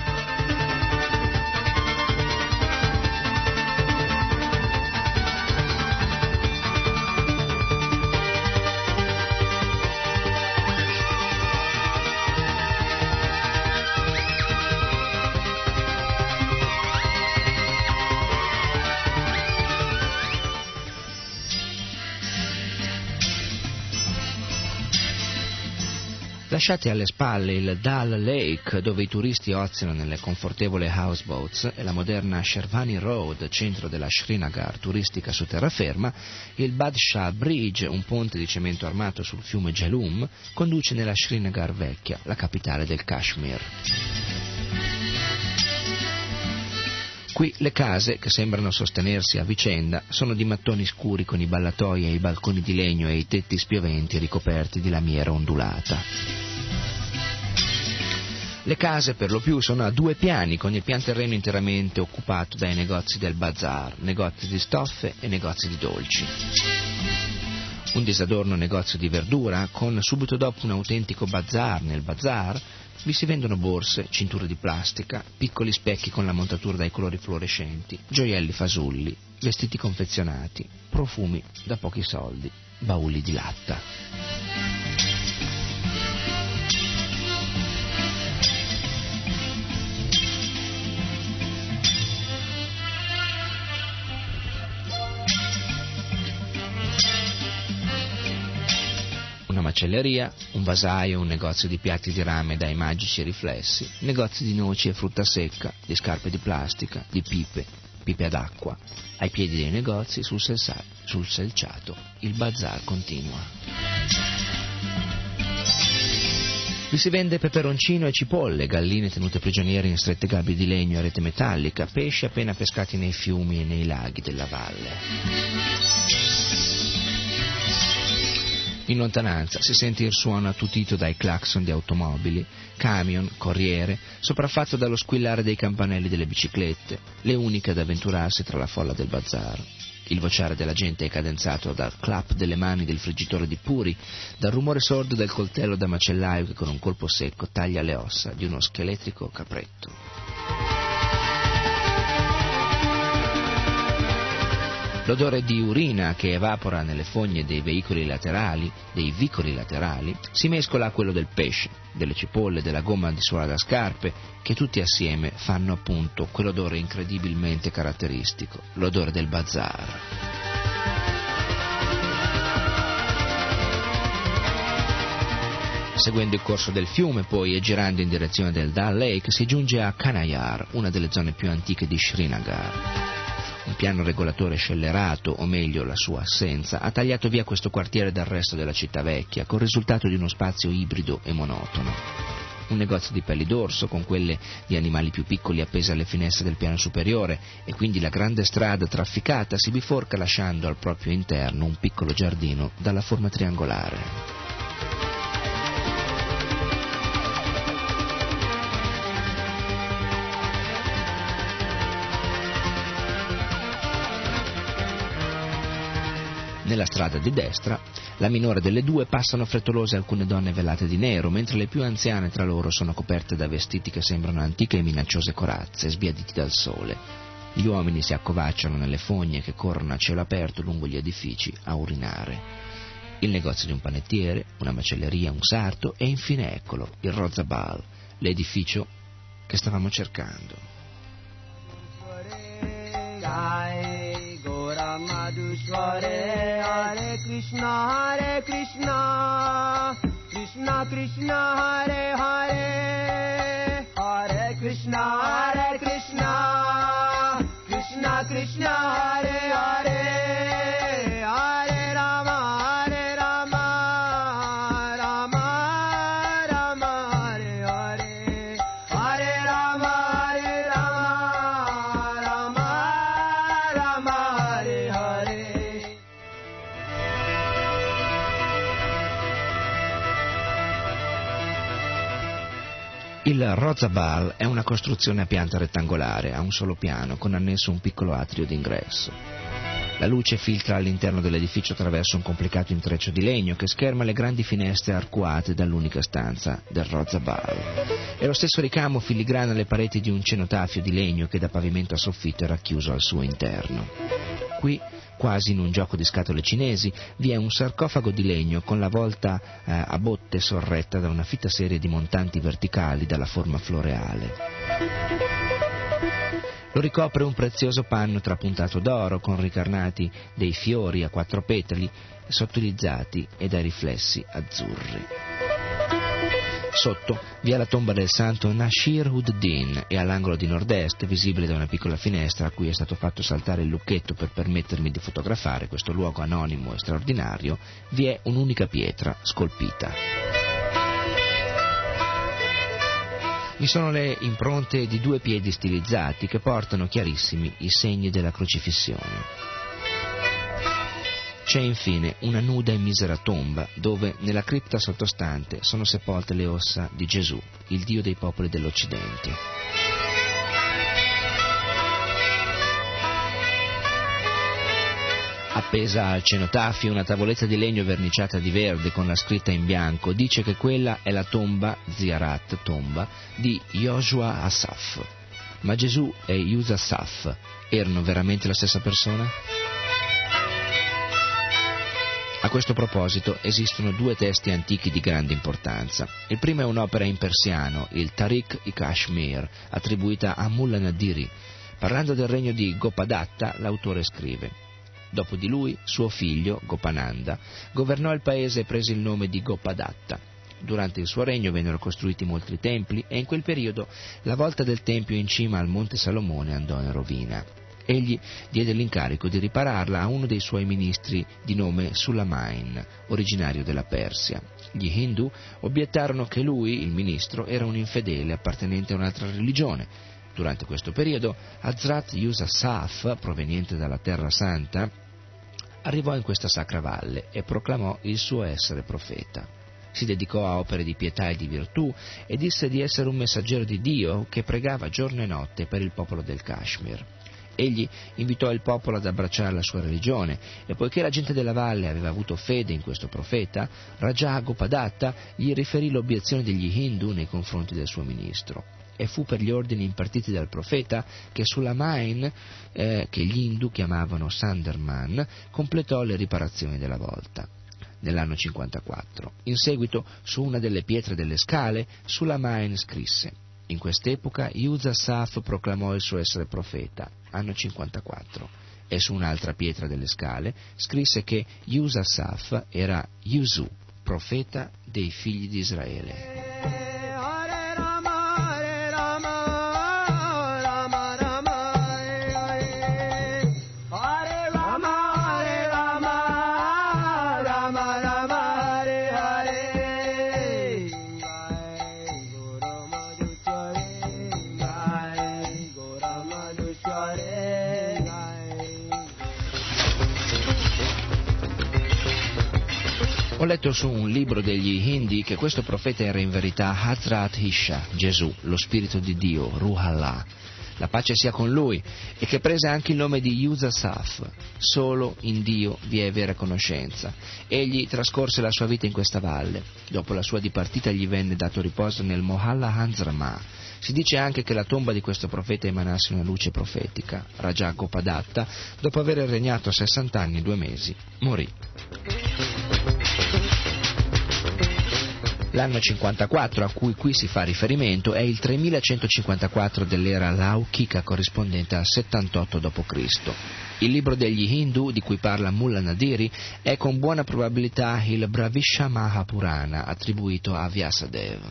Lasciati alle spalle il Dal Lake, dove i turisti oziano nelle confortevoli houseboats, e la moderna Sherwani Road, centro della Srinagar turistica su terraferma, il Badshah Bridge, un ponte di cemento armato sul fiume Jhelum, conduce nella Srinagar vecchia, la capitale del Kashmir. Qui le case, che sembrano sostenersi a vicenda, sono di mattoni scuri con i ballatoi e i balconi di legno e i tetti spioventi ricoperti di lamiera ondulata. Le case per lo più sono a due piani, con il pian terreno interamente occupato dai negozi del bazar, negozi di stoffe e negozi di dolci. Un disadorno negozio di verdura, con subito dopo un autentico bazar nel bazar. Vi si vendono borse, cinture di plastica, piccoli specchi con la montatura dai colori fluorescenti, gioielli fasulli, vestiti confezionati, profumi da pochi soldi, bauli di latta. Una macelleria, un vasaio, un negozio di piatti di rame dai magici riflessi, negozi di noci e frutta secca, di scarpe di plastica, di pipe, pipe ad acqua. Ai piedi dei negozi, sul, sul selciato, il bazar continua. Vi si vende peperoncino e cipolle, galline tenute prigioniere in strette gabbie di legno a rete metallica, pesci appena pescati nei fiumi e nei laghi della valle. In lontananza si sente il suono attutito dai clacson di automobili, camion, corriere, sopraffatto dallo squillare dei campanelli delle biciclette, le uniche ad avventurarsi tra la folla del bazar. Il vociare della gente è cadenzato dal clap delle mani del friggitore di puri, dal rumore sordo del coltello da macellaio che con un colpo secco taglia le ossa di uno scheletrico capretto. L'odore di urina che evapora nelle fogne dei veicoli laterali, dei vicoli laterali, si mescola a quello del pesce, delle cipolle, della gomma di suola da scarpe, che tutti assieme fanno appunto quell'odore incredibilmente caratteristico, l'odore del bazar. Seguendo il corso del fiume, poi, e girando in direzione del Dal Lake, si giunge a Kanayar, una delle zone più antiche di Srinagar. Un piano regolatore scellerato, o meglio la sua assenza, ha tagliato via questo quartiere dal resto della città vecchia, col risultato di uno spazio ibrido e monotono. Un negozio di pelli d'orso, con quelle di animali più piccoli appese alle finestre del piano superiore, e quindi la grande strada trafficata si biforca lasciando al proprio interno un piccolo giardino dalla forma triangolare. Nella strada di destra, la minore delle due, passano frettolose alcune donne velate di nero, mentre le più anziane tra loro sono coperte da vestiti che sembrano antiche e minacciose corazze, sbiaditi dal sole. Gli uomini si accovacciano nelle fogne che corrono a cielo aperto lungo gli edifici a urinare. Il negozio di un panettiere, una macelleria, un sarto e infine eccolo, il Rozabal, l'edificio che stavamo cercando. Madhusware, Hare Krishna, Hare Krishna, Krishna Krishna, Hare Hare, Hare Krishna, Hare Krishna, Krishna Krishna, Hare Hare, Hare Rama, Hare Rama, Rama Rama, Hare Hare, Hare Rama, Hare Rama, Rama Rama, Hare Hare. Il Rozabal è una costruzione a pianta rettangolare, a un solo piano, con annesso un piccolo atrio d'ingresso. La luce filtra all'interno dell'edificio attraverso un complicato intreccio di legno che scherma le grandi finestre arcuate dall'unica stanza del Rozabal. E lo stesso ricamo filigrana le pareti di un cenotafio di legno che da pavimento a soffitto è racchiuso al suo interno. Qui, quasi in un gioco di scatole cinesi, vi è un sarcofago di legno con la volta eh, a botte sorretta da una fitta serie di montanti verticali dalla forma floreale. Lo ricopre un prezioso panno trapuntato d'oro con ricarnati dei fiori a quattro petali sottilizzati e dai riflessi azzurri. Sotto vi è la tomba del santo Nasir-ud-Din e all'angolo di nord-est, visibile da una piccola finestra a cui è stato fatto saltare il lucchetto per permettermi di fotografare questo luogo anonimo e straordinario, vi è un'unica pietra scolpita. Vi sono le impronte di due piedi stilizzati che portano chiarissimi i segni della crocifissione. C'è infine una nuda e misera tomba dove, nella cripta sottostante, sono sepolte le ossa di Gesù, il Dio dei popoli dell'Occidente. Appesa al cenotafio una tavoletta di legno verniciata di verde con la scritta in bianco dice che quella è la tomba, Ziarat tomba, di Yoshua Asaf. Ma Gesù e Yusasaf erano veramente la stessa persona? A questo proposito esistono due testi antichi di grande importanza. Il primo è un'opera in persiano, il Tariq-i-Kashmir, attribuita a Mulla Nadiri. Parlando del regno di Gopadatta, l'autore scrive: dopo di lui, suo figlio, Gopananda, governò il paese e prese il nome di Gopadatta. Durante il suo regno vennero costruiti molti templi e in quel periodo la volta del tempio in cima al Monte Salomone andò in rovina. Egli diede l'incarico di ripararla a uno dei suoi ministri di nome Sulaiman, originario della Persia. Gli Hindu obiettarono che lui, il ministro, era un infedele appartenente a un'altra religione. Durante questo periodo, Hazrat Yusuf, proveniente dalla Terra Santa, arrivò in questa sacra valle e proclamò il suo essere profeta. Si dedicò a opere di pietà e di virtù e disse di essere un messaggero di Dio che pregava giorno e notte per il popolo del Kashmir. Egli invitò il popolo ad abbracciare la sua religione e poiché la gente della valle aveva avuto fede in questo profeta, Raja Gopadatta gli riferì l'obiezione degli Hindu nei confronti del suo ministro. E fu per gli ordini impartiti dal profeta che Sulaiman, eh, che gli Hindu chiamavano Sanderman, completò le riparazioni della volta. Nell'anno cinquantaquattro, in seguito, su una delle pietre delle scale, Sulaiman scrisse: in quest'epoca Yusuf proclamò il suo essere profeta, anno cinquantaquattro, e su un'altra pietra delle scale scrisse che Yusuf era Yusu, profeta dei figli di Israele. Ho letto su un libro degli Hindi che questo profeta era in verità Hazrat Isha, Gesù, lo Spirito di Dio, Ruh Allah, la pace sia con lui, e che prese anche il nome di Yusuf. Solo in Dio vi è vera conoscenza. Egli trascorse la sua vita in questa valle. Dopo la sua dipartita gli venne dato riposo nel Mohalla Hanzrama. Si dice anche che la tomba di questo profeta emanasse una luce profetica. Raja Gopadatta, dopo aver regnato sessanta anni e due mesi, morì. L'anno cinquantaquattro a cui qui si fa riferimento è il tremilacentocinquantaquattro dell'era Laukika, corrispondente al settantotto dopo Cristo Il libro degli Hindu, di cui parla Mullah Nadiri, è con buona probabilità il Bravishamaha Purana, attribuito a Vyasadeva.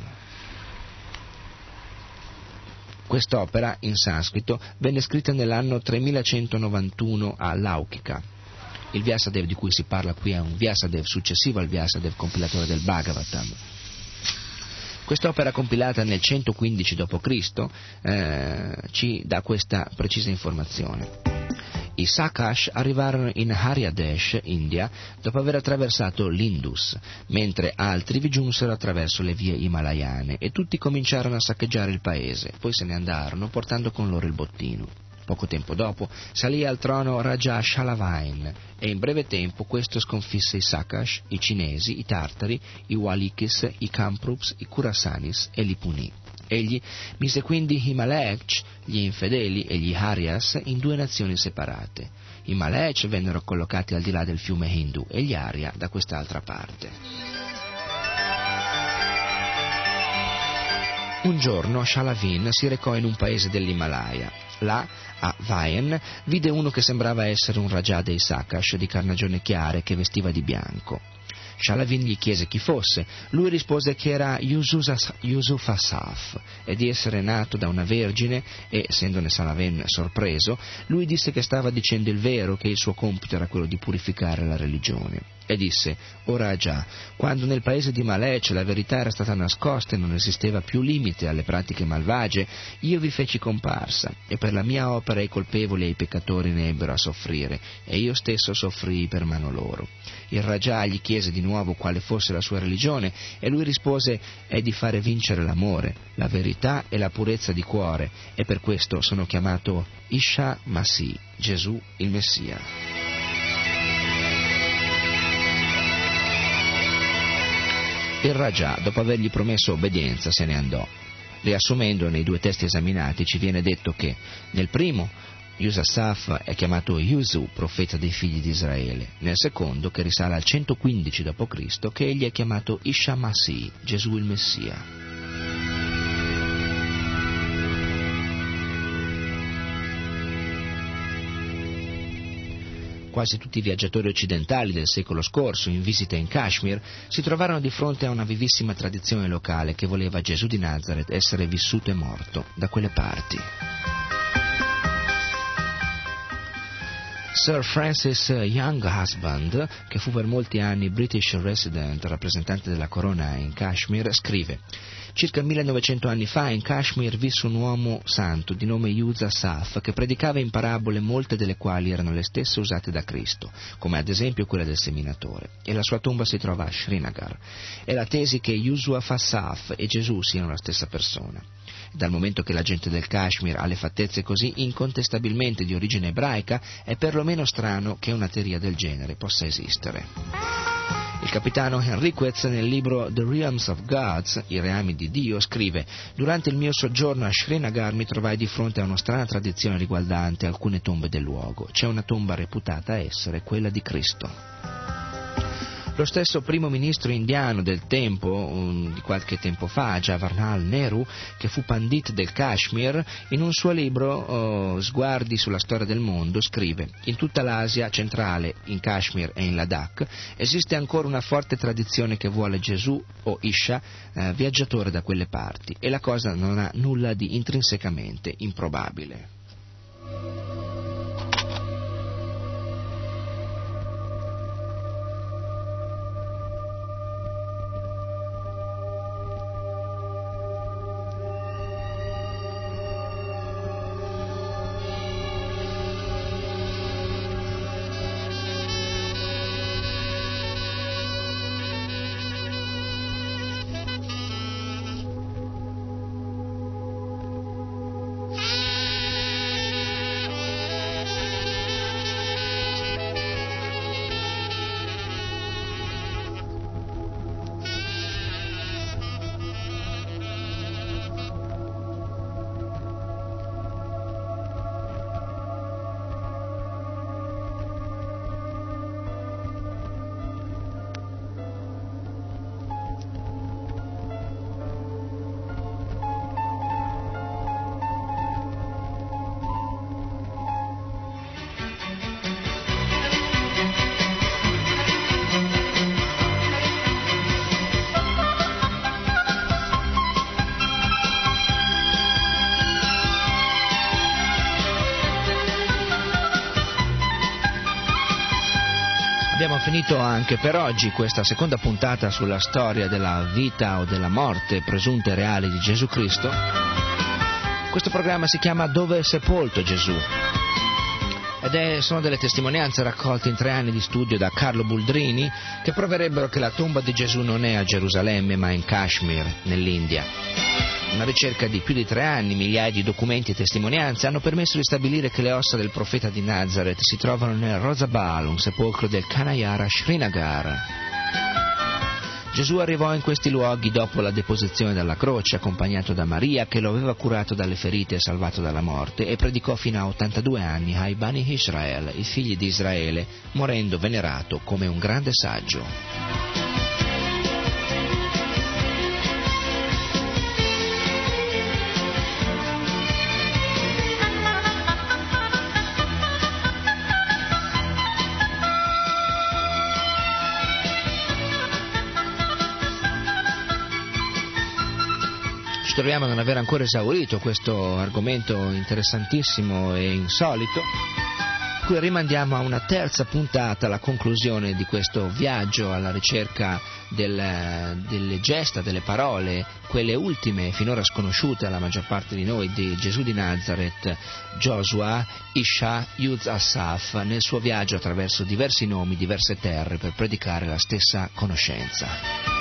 Quest'opera, in sanscrito, venne scritta nell'anno tremilacentonovantuno a Laukika. Il Vyasadeva di cui si parla qui è un Vyasadeva successivo al Vyasadeva compilatore del Bhagavatam. Quest'opera, compilata nel centoquindici dopo Cristo, eh, ci dà questa precisa informazione. I Sakash arrivarono in Haryadesh, India, dopo aver attraversato l'Indus, mentre altri vi giunsero attraverso le vie himalayane e tutti cominciarono a saccheggiare il paese, poi se ne andarono portando con loro il bottino. Poco tempo dopo salì al trono Raja Shalavain e in breve tempo questo sconfisse i Sakash, i cinesi, i tartari, i Walikis, i Kamprups, i Kurasanis e li punì. Egli mise quindi i Malech, gli infedeli, e gli Aryas in due nazioni separate. I Malech vennero collocati al di là del fiume Hindu e gli Arya da quest'altra parte. Un giorno Shalavin si recò in un paese dell'Himalaya. Là, a Vayan, vide uno che sembrava essere un Raja dei Sakash di carnagione chiare che vestiva di bianco. Shalavin gli chiese chi fosse. Lui rispose che era Yusuf Asaf e di essere nato da una vergine e, essendone Shalavin sorpreso, lui disse che stava dicendo il vero, che il suo compito era quello di purificare la religione. E disse: o Raja, quando nel paese di Malech la verità era stata nascosta e non esisteva più limite alle pratiche malvagie, io vi feci comparsa, e per la mia opera i colpevoli e i peccatori ne ebbero a soffrire, e io stesso soffrii per mano loro. Il Raja gli chiese di nuovo quale fosse la sua religione, e lui rispose: è di fare vincere l'amore, la verità e la purezza di cuore, e per questo sono chiamato Isha Masih, Gesù il Messia. Il Raja, dopo avergli promesso obbedienza, se ne andò. Riassumendo, nei due testi esaminati ci viene detto che, nel primo, Yusuf è chiamato Yusu, profeta dei figli di Israele; nel secondo, che risale al centoquindici dopo Cristo, che egli è chiamato Isha Masih, Gesù il Messia. Quasi tutti i viaggiatori occidentali del secolo scorso, in visita in Kashmir, si trovarono di fronte a una vivissima tradizione locale che voleva Gesù di Nazareth essere vissuto e morto da quelle parti. Sir Francis Younghusband, che fu per molti anni British Resident, rappresentante della corona in Kashmir, scrive: circa millenovecento anni fa in Kashmir visse un uomo santo di nome Yuz Asaf che predicava in parabole, molte delle quali erano le stesse usate da Cristo, come ad esempio quella del seminatore, e la sua tomba si trova a Srinagar. È la tesi che Yusuf Asaf e Gesù siano la stessa persona. Dal momento che la gente del Kashmir ha le fattezze così incontestabilmente di origine ebraica, è perlomeno strano che una teoria del genere possa esistere. Il capitano Henriquez, nel libro The Realms of Gods, i reami di Dio, scrive: durante il mio soggiorno a Srinagar mi trovai di fronte a una strana tradizione riguardante alcune tombe del luogo. C'è una tomba reputata essere quella di Cristo. Lo stesso primo ministro indiano del tempo, um, di qualche tempo fa, Jawaharlal Nehru, che fu pandit del Kashmir, in un suo libro oh, Sguardi sulla storia del mondo, scrive: in tutta l'Asia centrale, in Kashmir e in Ladakh, esiste ancora una forte tradizione che vuole Gesù o Isha eh, viaggiatore da quelle parti, e la cosa non ha nulla di intrinsecamente improbabile. Abbiamo finito anche per oggi questa seconda puntata sulla storia della vita o della morte presunta e reale di Gesù Cristo. Questo programma si chiama Dove è sepolto Gesù? Ed è, sono delle testimonianze raccolte in tre anni di studio da Carlo Buldrini, che proverebbero che la tomba di Gesù non è a Gerusalemme ma in Kashmir, nell'India. Una ricerca di più di tre anni, migliaia di documenti e testimonianze hanno permesso di stabilire che le ossa del profeta di Nazareth si trovano nel Rozabal, un sepolcro del Kanayara Srinagar. Gesù arrivò in questi luoghi dopo la deposizione dalla croce, accompagnato da Maria, che lo aveva curato dalle ferite e salvato dalla morte, e predicò fino a ottantadue anni ai Bani Israel, i figli di Israele, morendo venerato come un grande saggio. Ci troviamo a non aver ancora esaurito questo argomento interessantissimo e insolito, cui rimandiamo a una terza puntata, la conclusione di questo viaggio alla ricerca del, delle gesta, delle parole, quelle ultime finora sconosciute alla maggior parte di noi, di Gesù di Nazareth, Joshua Isha Yuz Asaf, nel suo viaggio attraverso diversi nomi, diverse terre, per predicare la stessa conoscenza.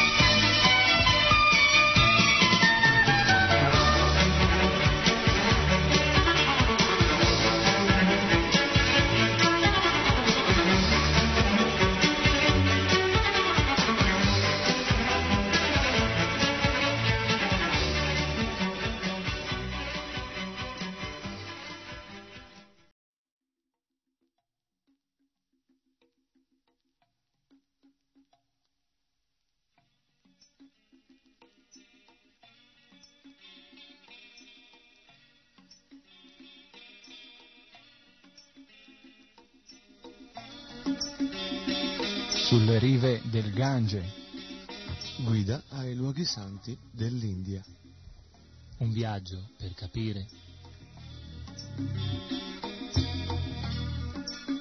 Sulle rive del Gange. Guida ai luoghi santi dell'India. Un viaggio per capire.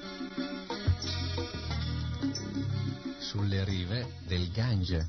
sulle rive del Gange.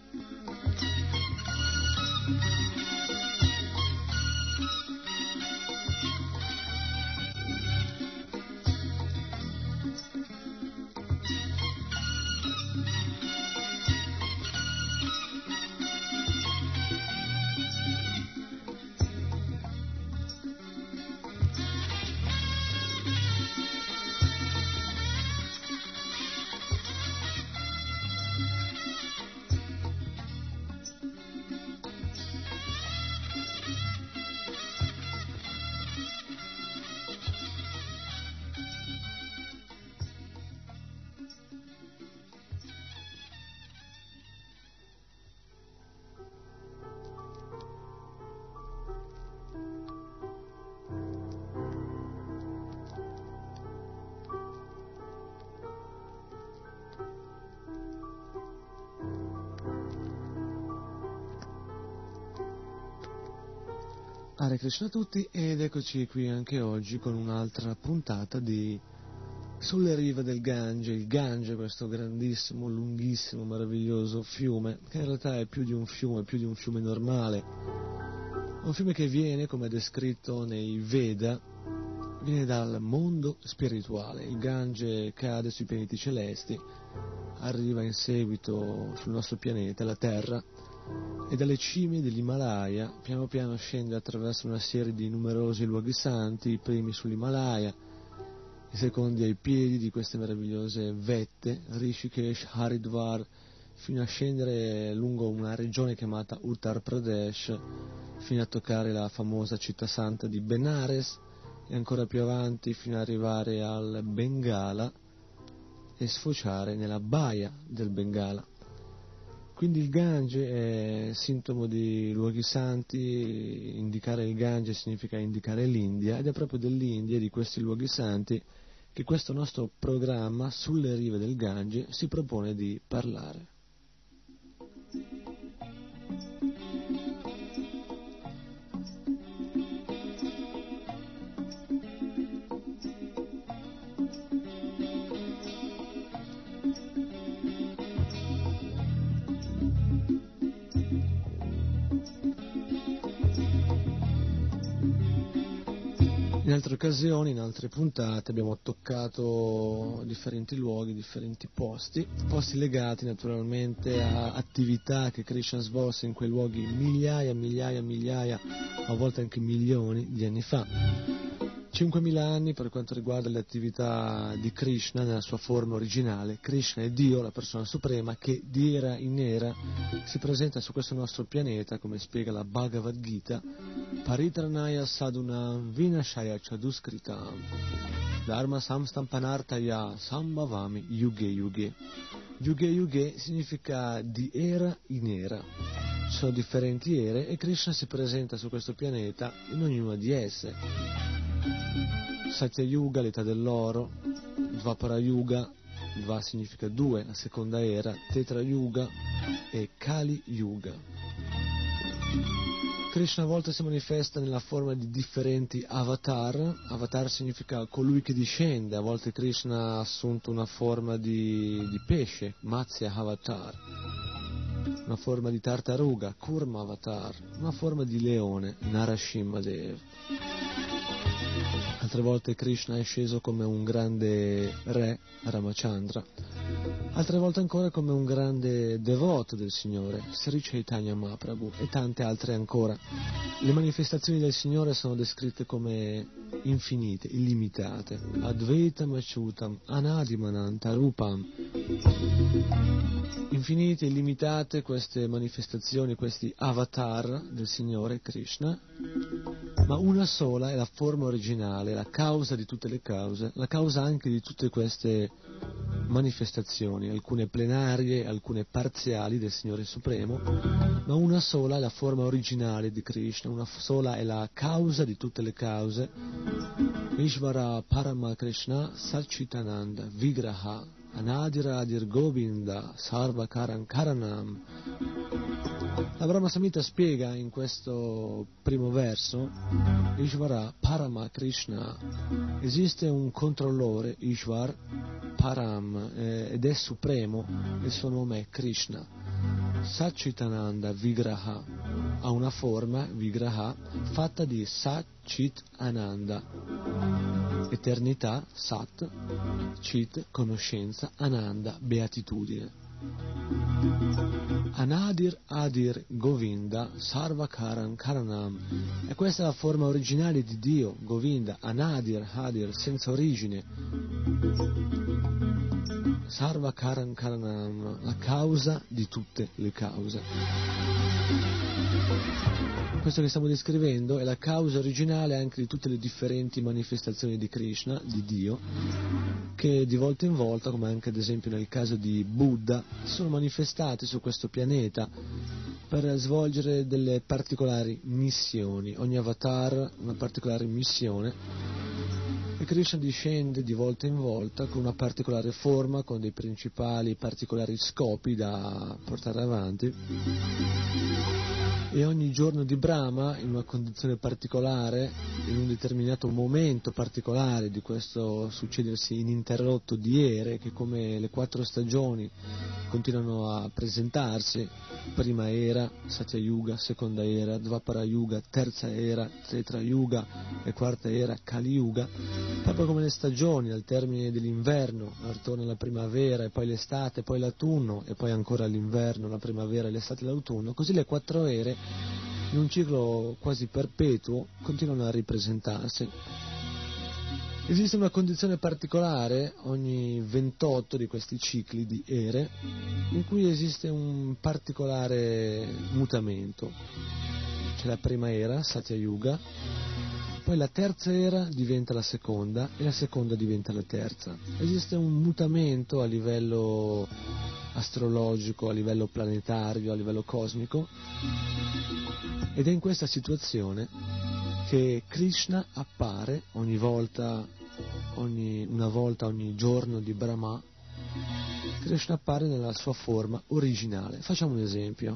Hare Krishna a tutti ed eccoci qui anche oggi con un'altra puntata di Sulle rive del Gange. Il Gange, questo grandissimo, lunghissimo, meraviglioso fiume, che in realtà è più di un fiume, più di un fiume normale. È un fiume che viene, come è descritto nei Veda, viene dal mondo spirituale. Il Gange cade sui pianeti celesti, arriva in seguito sul nostro pianeta, la Terra, e dalle cime dell'Himalaya piano piano scende attraverso una serie di numerosi luoghi santi, i primi sull'Himalaya, i secondi ai piedi di queste meravigliose vette, Rishikesh, Haridwar, fino a scendere lungo una regione chiamata Uttar Pradesh, fino a toccare la famosa città santa di Benares, e ancora più avanti fino ad arrivare al Bengala e sfociare nella baia del Bengala. Quindi il Gange è sintomo di luoghi santi. Indicare il Gange significa indicare l'India, ed è proprio dell'India, di questi luoghi santi, che questo nostro programma Sulle rive del Gange si propone di parlare. In altre occasioni, in altre puntate, abbiamo toccato differenti luoghi, differenti posti, posti legati naturalmente a attività che Krishna svolse in quei luoghi migliaia, migliaia, migliaia, a volte anche milioni di anni fa. cinquemila anni per quanto riguarda le attività di Krishna nella sua forma originale. Krishna è Dio, la persona suprema, che di era in era si presenta su questo nostro pianeta, come spiega la Bhagavad Gita, Paritranaya sadunam vinashaya chaduskritam dharma samstampanartaya sambhavami yuge yuge. Yuge yuge significa di era in era. Ci sono differenti ere e Krishna si presenta su questo pianeta in ognuna di esse. Satya Yuga, l'età dell'oro, Dvapara Yuga, Dva significa due, la seconda era, Tetra Yuga e Kali Yuga. Krishna a volte si manifesta nella forma di differenti avatar. Avatar significa colui che discende. A volte Krishna ha assunto una forma di, di pesce, Matsya Avatar, una forma di tartaruga, Kurma Avatar, una forma di leone, Narasimha Dev. Altre volte Krishna è sceso come un grande re, Ramachandra, altre volte ancora come un grande devoto del Signore, Sri Chaitanya Mahaprabhu, e tante altre ancora. Le manifestazioni del Signore sono descritte come infinite, illimitate, Advaitam Achyutam Anadimananta Rupam. Infinite, illimitate queste manifestazioni, questi avatar del Signore Krishna, ma una sola è la forma originale, la causa di tutte le cause, la causa anche di tutte queste manifestazioni, alcune plenarie, alcune parziali del Signore Supremo, ma una sola è la forma originale di Krishna, una sola è la causa di tutte le cause, Ishvara Parama Krishna Satchitananda Vigraha Anadiradir Govinda Sarva Karan Karanam. La Brahma Samhita spiega in questo primo verso Ishvara Parama Krishna. Esiste un controllore, Ishvar Param, eh, ed è supremo, il suo nome è Krishna. Satchitananda Vigraha ha una forma, Vigraha, fatta di Satchit Ananda, eternità, Sat, Chit, conoscenza, Ananda, beatitudine. Anadir Adir Govinda Sarvakaran Karanam, e questa è la forma originale di Dio, Govinda, Anadir Adir, senza origine, Sarvakaran Karanam, la causa di tutte le cause. Questo che stiamo descrivendo è la causa originale anche di tutte le differenti manifestazioni di Krishna, di Dio, che di volta in volta, come anche ad esempio nel caso di Buddha, sono manifestate su questo pianeta per svolgere delle particolari missioni. Ogni avatar una particolare missione, e Krishna discende di volta in volta con una particolare forma, con dei principali particolari scopi da portare avanti. E ogni giorno di Brahma, in una condizione particolare, in un determinato momento particolare di questo succedersi ininterrotto di ere, che come le quattro stagioni continuano a presentarsi, prima era, Satya Yuga, seconda era, Dvapara Yuga, terza era, Treta Yuga e quarta era, Kali Yuga, proprio come le stagioni, al termine dell'inverno ritorna la primavera e poi l'estate, poi l'autunno e poi ancora l'inverno, la primavera, l'estate e l'autunno, così le quattro ere in un ciclo quasi perpetuo continuano a ripresentarsi. Esiste una condizione particolare ogni ventotto di questi cicli di ere in cui esiste un particolare mutamento. C'è la prima era, Satya Yuga, poi la terza era diventa la seconda e la seconda diventa la terza. Esiste un mutamento a livello astrologico, a livello planetario, a livello cosmico, ed è in questa situazione che Krishna appare ogni volta, ogni, una volta ogni giorno di Brahma. Krishna appare nella sua forma originale. Facciamo un esempio.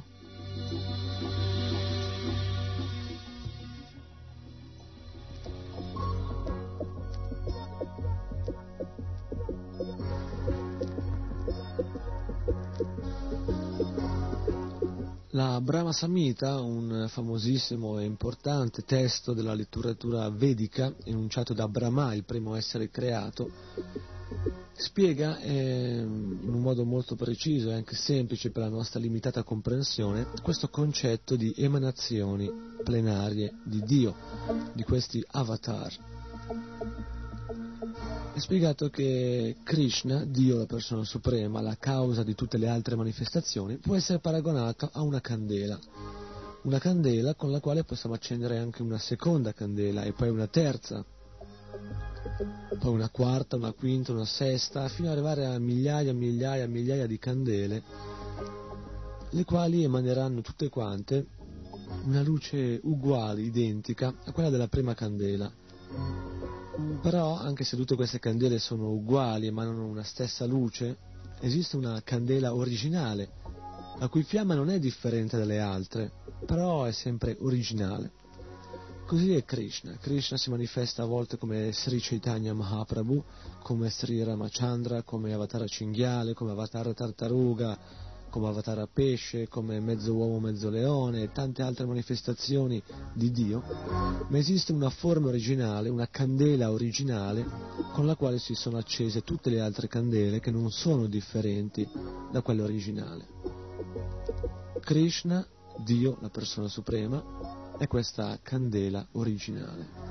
La Brahma Samhita, un famosissimo e importante testo della letteratura vedica, enunciato da Brahma, il primo essere creato, spiega eh, in un modo molto preciso e anche semplice per la nostra limitata comprensione questo concetto di emanazioni plenarie di Dio, di questi avatar. È spiegato che Krishna, Dio, la persona suprema, la causa di tutte le altre manifestazioni, può essere paragonato a una candela. Una candela con la quale possiamo accendere anche una seconda candela e poi una terza, poi una quarta, una quinta, una sesta, fino ad arrivare a migliaia, migliaia, migliaia di candele, le quali emaneranno tutte quante una luce uguale, identica a quella della prima candela. Però, anche se tutte queste candele sono uguali, emanano una stessa luce, esiste una candela originale, la cui fiamma non è differente dalle altre, però è sempre originale. Così è Krishna. Krishna si manifesta a volte come Sri Chaitanya Mahaprabhu, come Sri Ramachandra, come Avatara Cinghiale, come Avatara Tartaruga, come Avatara Pesce, come mezzo uomo, mezzo leone e tante altre manifestazioni di Dio, ma esiste una forma originale, una candela originale con la quale si sono accese tutte le altre candele che non sono differenti da quella originale. Krishna, Dio, la persona suprema, è questa candela originale.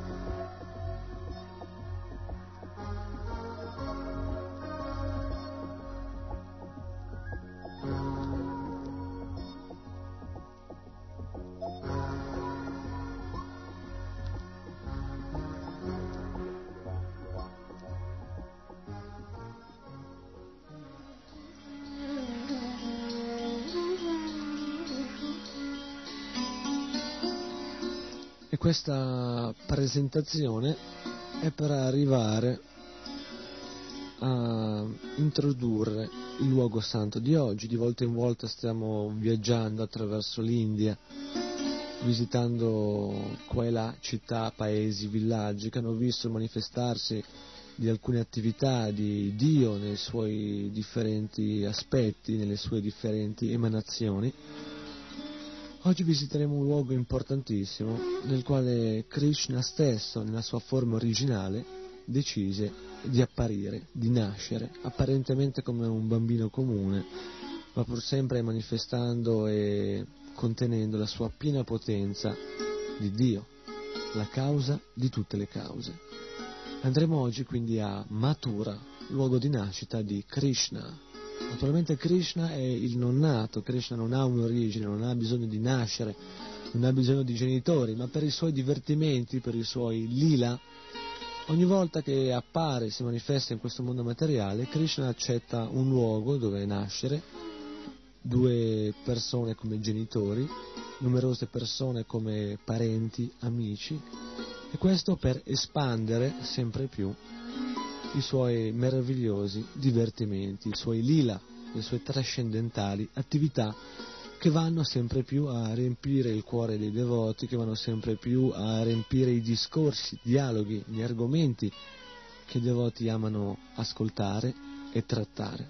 E questa presentazione è per arrivare a introdurre il luogo santo di oggi. Di volta in volta stiamo viaggiando attraverso l'India, visitando qua e là città, paesi, villaggi che hanno visto il manifestarsi di alcune attività di Dio nei suoi differenti aspetti, nelle sue differenti emanazioni. Oggi visiteremo un luogo importantissimo nel quale Krishna stesso, nella sua forma originale, decise di apparire, di nascere, apparentemente come un bambino comune, ma pur sempre manifestando e contenendo la sua piena potenza di Dio, la causa di tutte le cause. Andremo oggi quindi a Mathura, luogo di nascita di Krishna. Naturalmente Krishna è il non nato, Krishna non ha un'origine, non ha bisogno di nascere, non ha bisogno di genitori, ma per i suoi divertimenti, per i suoi lila, ogni volta che appare, si manifesta in questo mondo materiale, Krishna accetta un luogo dove nascere, due persone come genitori, numerose persone come parenti, amici, e questo per espandere sempre più i suoi meravigliosi divertimenti, i suoi lila, le sue trascendentali attività che vanno sempre più a riempire il cuore dei devoti, che vanno sempre più a riempire i discorsi, i dialoghi, gli argomenti che i devoti amano ascoltare e trattare.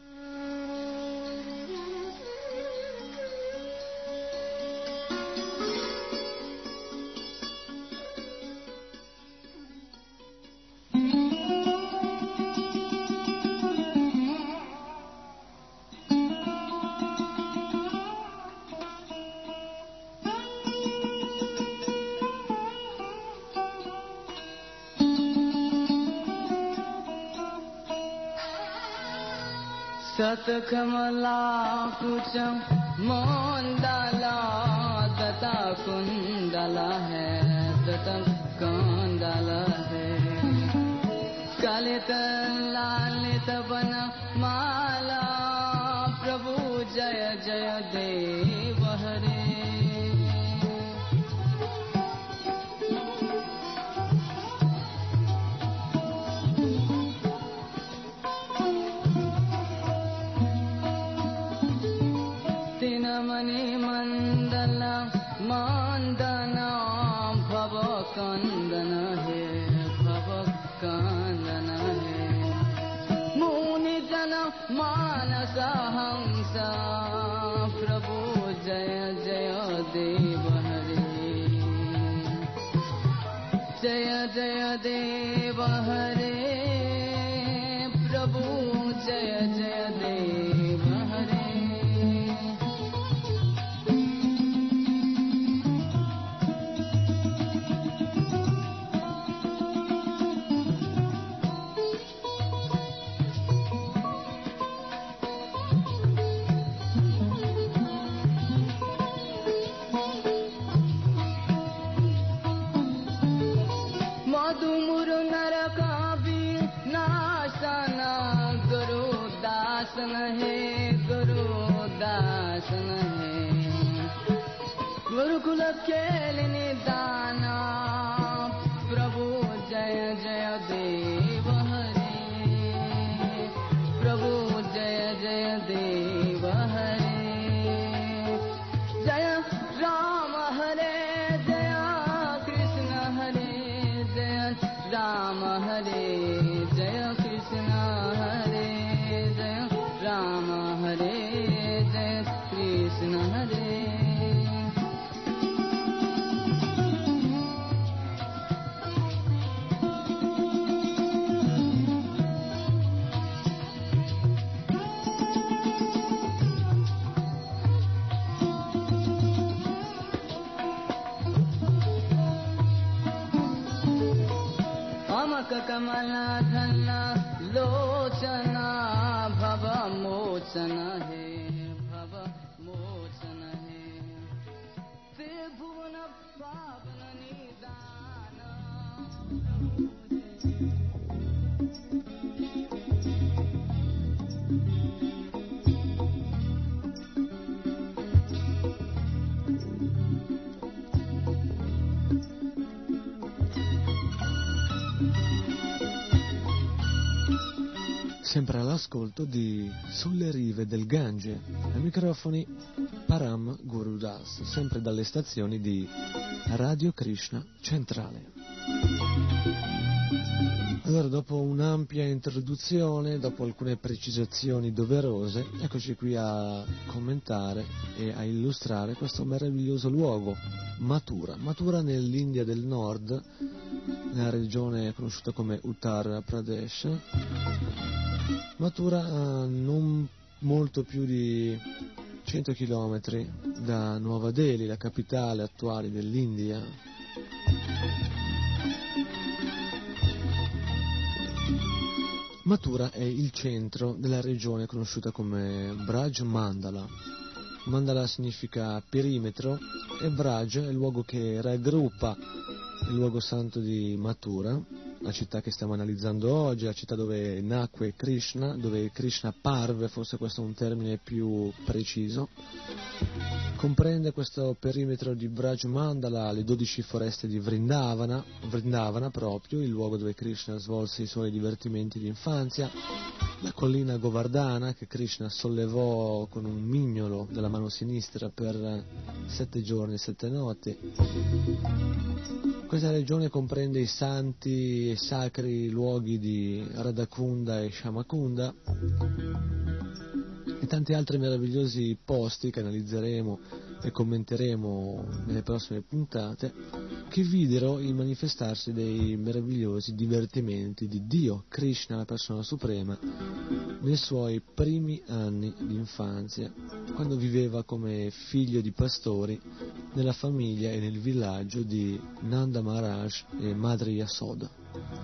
Kamala kucham mondala data kundala hai data kundala hai kalita lalita bana mala prabhu jaya jaya dev hare mani mandala mandana bhava kandana hai bhava kandana hai muni jana manasa hamsa prabhu jaya jaya dev hare jaya jaya dev hare prabhu jaya jaya dev hare गुरुकुल केलिनी दाना प्रभु जय जय देव हरे प्रभु जय जय देव हरे जय राम हरे जय कृष्ण हरे जय राम हरे जय कृष्ण हरे जय राम हरे जय कृष्ण हरे कमला धना लोचना भव मोचन है भव मोचन है त्रिभुवन पावन निदान sempre all'ascolto di Sulle rive del Gange, ai microfoni Param Gurudas, sempre dalle stazioni di Radio Krishna Centrale. Allora, dopo un'ampia introduzione, dopo alcune precisazioni doverose, eccoci qui a commentare e a illustrare questo meraviglioso luogo, Mathura. Mathura nell'India del Nord, nella regione conosciuta come Uttar Pradesh. Mathura a non molto più di cento chilometri da Nuova Delhi, la capitale attuale dell'India. Mathura è il centro della regione conosciuta come Braj Mandala. Mandala significa perimetro e Braj è il luogo che raggruppa il luogo santo di Mathura, la città che stiamo analizzando oggi, la città dove nacque Krishna, dove Krishna parve, forse questo è un termine più preciso. Comprende questo perimetro di Braj Mandala le dodici foreste di Vrindavana, Vrindavana proprio, il luogo dove Krishna svolse i suoi divertimenti di infanzia, la collina Govardhana che Krishna sollevò con un mignolo della mano sinistra per sette giorni e sette notti. Questa regione comprende i santi e sacri luoghi di Radhakunda e Shyamakunda e tanti altri meravigliosi posti che analizzeremo e commenteremo nelle prossime puntate, che videro il manifestarsi dei meravigliosi divertimenti di Dio, Krishna, la persona suprema, nei suoi primi anni di infanzia, quando viveva come figlio di pastori nella famiglia e nel villaggio di Nanda Maharaj e Madre Yasoda.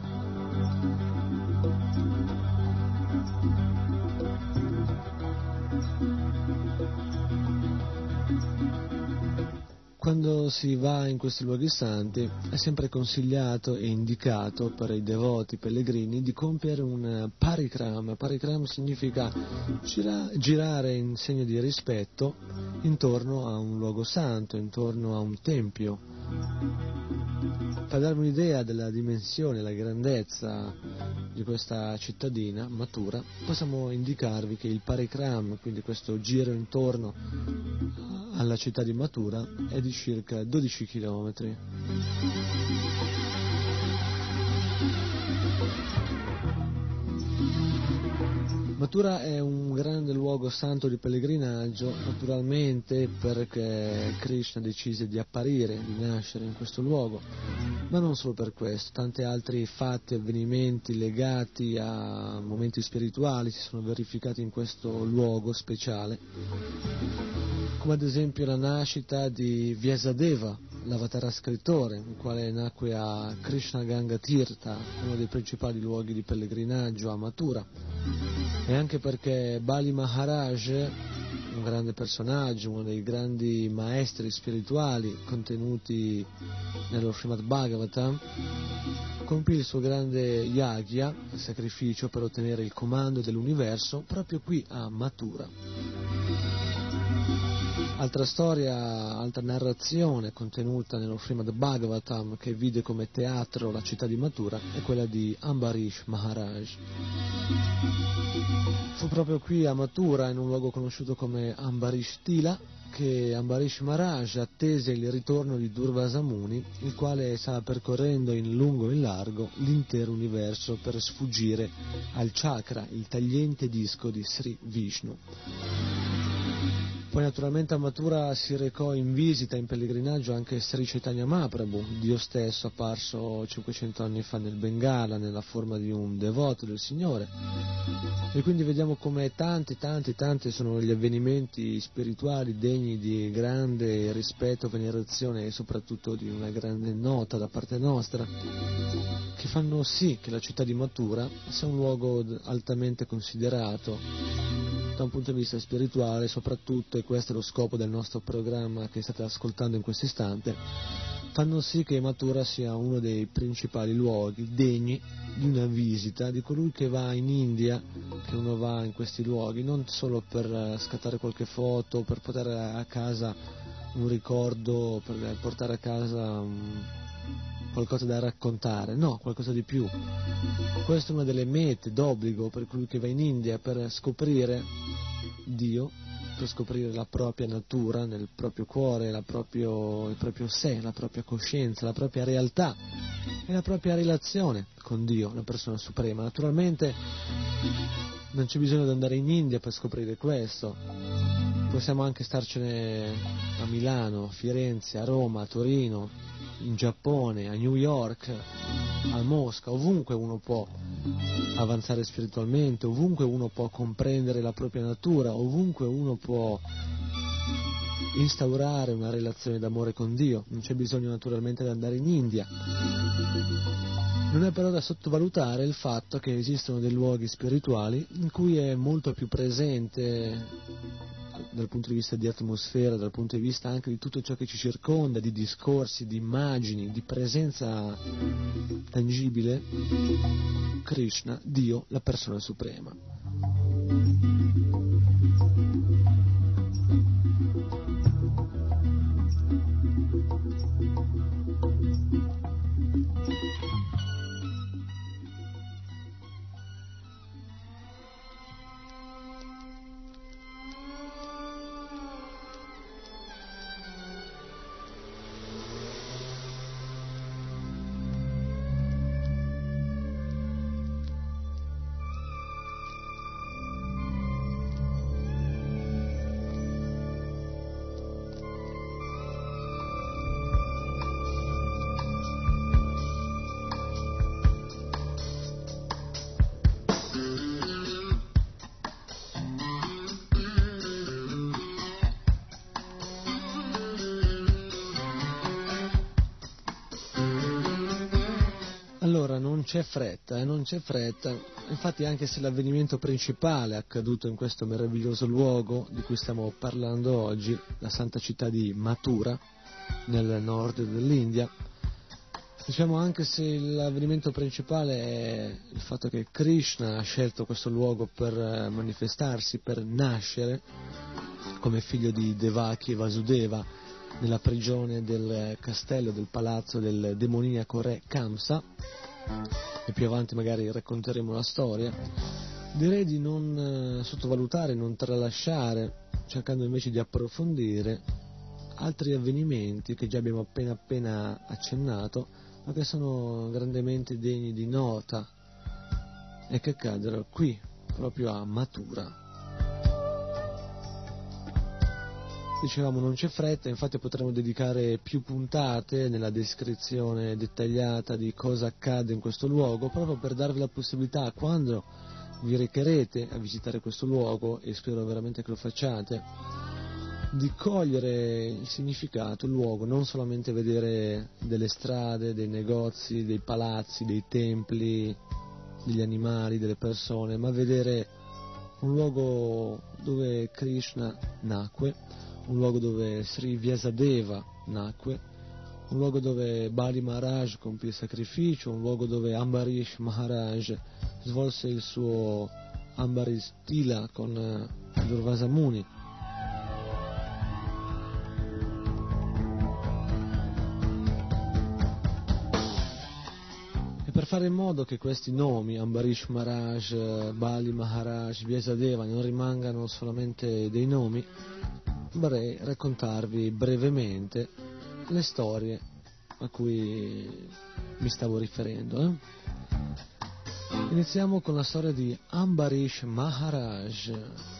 Quando si va in questi luoghi santi è sempre consigliato e indicato per i devoti pellegrini di compiere un parikram. Parikram significa gira, girare in segno di rispetto intorno a un luogo santo, intorno a un tempio. Per darvi un'idea della dimensione, la grandezza di questa cittadina, Mathura, possiamo indicarvi che il parikram, quindi questo giro intorno alla città di Mathura, è di circa dodici chilometri. Mathura è un grande luogo santo di pellegrinaggio, naturalmente perché Krishna decise di apparire, di nascere in questo luogo, ma non solo per questo, tanti altri fatti, avvenimenti legati a momenti spirituali si sono verificati in questo luogo speciale, come ad esempio la nascita di Vyasadeva, l'avatara scrittore, il quale nacque a Krishna Ganga Tirtha, uno dei principali luoghi di pellegrinaggio a Mathura, e anche perché Bali Maharaj, un grande personaggio, uno dei grandi maestri spirituali contenuti nello Srimad Bhagavatam, compì il suo grande yagya, il sacrificio per ottenere il comando dell'universo, proprio qui a Mathura. Altra storia, altra narrazione contenuta nello Srimad Bhagavatam che vide come teatro la città di Mathura è quella di Ambarish Maharaj. Fu proprio qui a Mathura, in un luogo conosciuto come Ambarish Tila, che Ambarish Maharaj attese il ritorno di Durvasa Muni, il quale stava percorrendo in lungo e in largo l'intero universo per sfuggire al chakra, il tagliente disco di Sri Vishnu. Poi naturalmente a Mathura si recò in visita, in pellegrinaggio, anche Sri Chaitanya Mahaprabhu, Dio stesso apparso cinquecento anni fa nel Bengala nella forma di un devoto del Signore. E quindi vediamo come tanti, tanti, tanti sono gli avvenimenti spirituali degni di grande rispetto, venerazione e soprattutto di una grande nota da parte nostra, che fanno sì che la città di Mathura sia un luogo altamente considerato da un punto di vista spirituale, soprattutto, e questo è lo scopo del nostro programma che state ascoltando in questo istante, fanno sì che Mathura sia uno dei principali luoghi degni di una visita di colui che va in India, che uno va in questi luoghi non solo per scattare qualche foto, per portare a casa un ricordo, per portare a casa un qualcosa da raccontare, no, qualcosa di più. Questa è una delle mete d'obbligo per colui che va in India, per scoprire Dio, per scoprire la propria natura nel proprio cuore, la proprio, il proprio sé, la propria coscienza, la propria realtà e la propria relazione con Dio, la persona suprema. Naturalmente non c'è bisogno di andare in India per scoprire questo, possiamo anche starcene a Milano, a Firenze, a Roma, a Torino, in Giappone, a New York, a Mosca, ovunque uno può avanzare spiritualmente, ovunque uno può comprendere la propria natura, ovunque uno può instaurare una relazione d'amore con Dio. Non c'è bisogno naturalmente di andare in India. Non è però da sottovalutare il fatto che esistono dei luoghi spirituali in cui è molto più presente, dal punto di vista di atmosfera, dal punto di vista anche di tutto ciò che ci circonda, di discorsi, di immagini, di presenza tangibile, Krishna, Dio, la persona suprema. Allora, non c'è fretta, eh, non c'è fretta, infatti anche se l'avvenimento principale è accaduto in questo meraviglioso luogo di cui stiamo parlando oggi, la santa città di Mathura, nel nord dell'India, diciamo anche se l'avvenimento principale è il fatto che Krishna ha scelto questo luogo per manifestarsi, per nascere come figlio di Devaki e Vasudeva nella prigione del castello, del palazzo del demoniaco re Kamsa, e più avanti magari racconteremo la storia, direi di non sottovalutare, non tralasciare, cercando invece di approfondire altri avvenimenti che già abbiamo appena appena accennato, ma che sono grandemente degni di nota e che accaddero qui, proprio a Mathura. Dicevamo non c'è fretta, infatti potremo dedicare più puntate nella descrizione dettagliata di cosa accade in questo luogo, proprio per darvi la possibilità, quando vi recherete a visitare questo luogo, e spero veramente che lo facciate, di cogliere il significato, il luogo, non solamente vedere delle strade, dei negozi, dei palazzi, dei templi, degli animali, delle persone, ma vedere un luogo dove Krishna nacque, un luogo dove Sri Vyasadeva nacque, un luogo dove Bali Maharaj compì il sacrificio, un luogo dove Ambarish Maharaj svolse il suo Ambarish Tila con Durvasa Muni. E per fare in modo che questi nomi, Ambarish Maharaj, Bali Maharaj, Vyasadeva, non rimangano solamente dei nomi, vorrei raccontarvi brevemente le storie a cui mi stavo riferendo. Eh? Iniziamo con la storia di Ambarish Maharaj.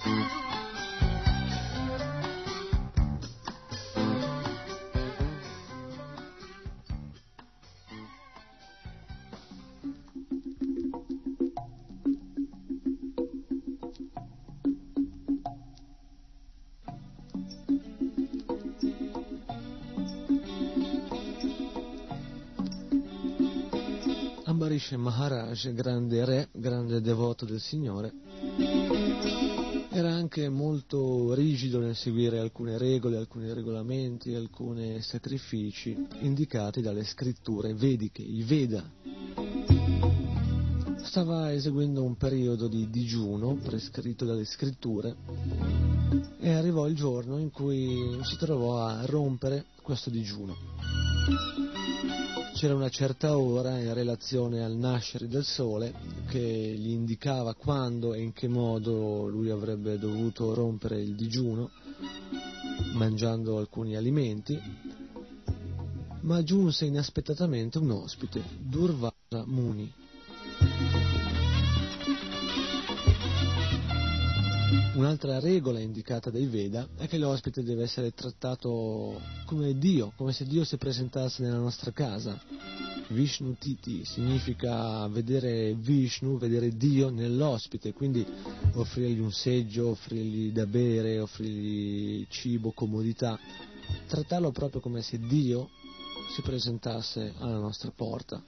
Ambarish Maharaj, grande re, grande devoto del Signore, era anche molto rigido nel seguire alcune regole, alcuni regolamenti, alcuni sacrifici indicati dalle scritture vediche, i Veda. Stava eseguendo un periodo di digiuno prescritto dalle scritture e arrivò il giorno in cui si trovò a rompere questo digiuno. c'era una certa ora in relazione al nascere del sole che gli indicava quando e in che modo lui avrebbe dovuto rompere il digiuno mangiando alcuni alimenti, ma giunse inaspettatamente un ospite, Durvasa Muni. Un'altra regola indicata dai Veda è che l'ospite deve essere trattato come Dio, come se Dio si presentasse nella nostra casa. Vishnu Titi significa vedere Vishnu, vedere Dio nell'ospite, quindi offrirgli un seggio, offrirgli da bere, offrirgli cibo, comodità, trattarlo proprio come se Dio si presentasse alla nostra porta.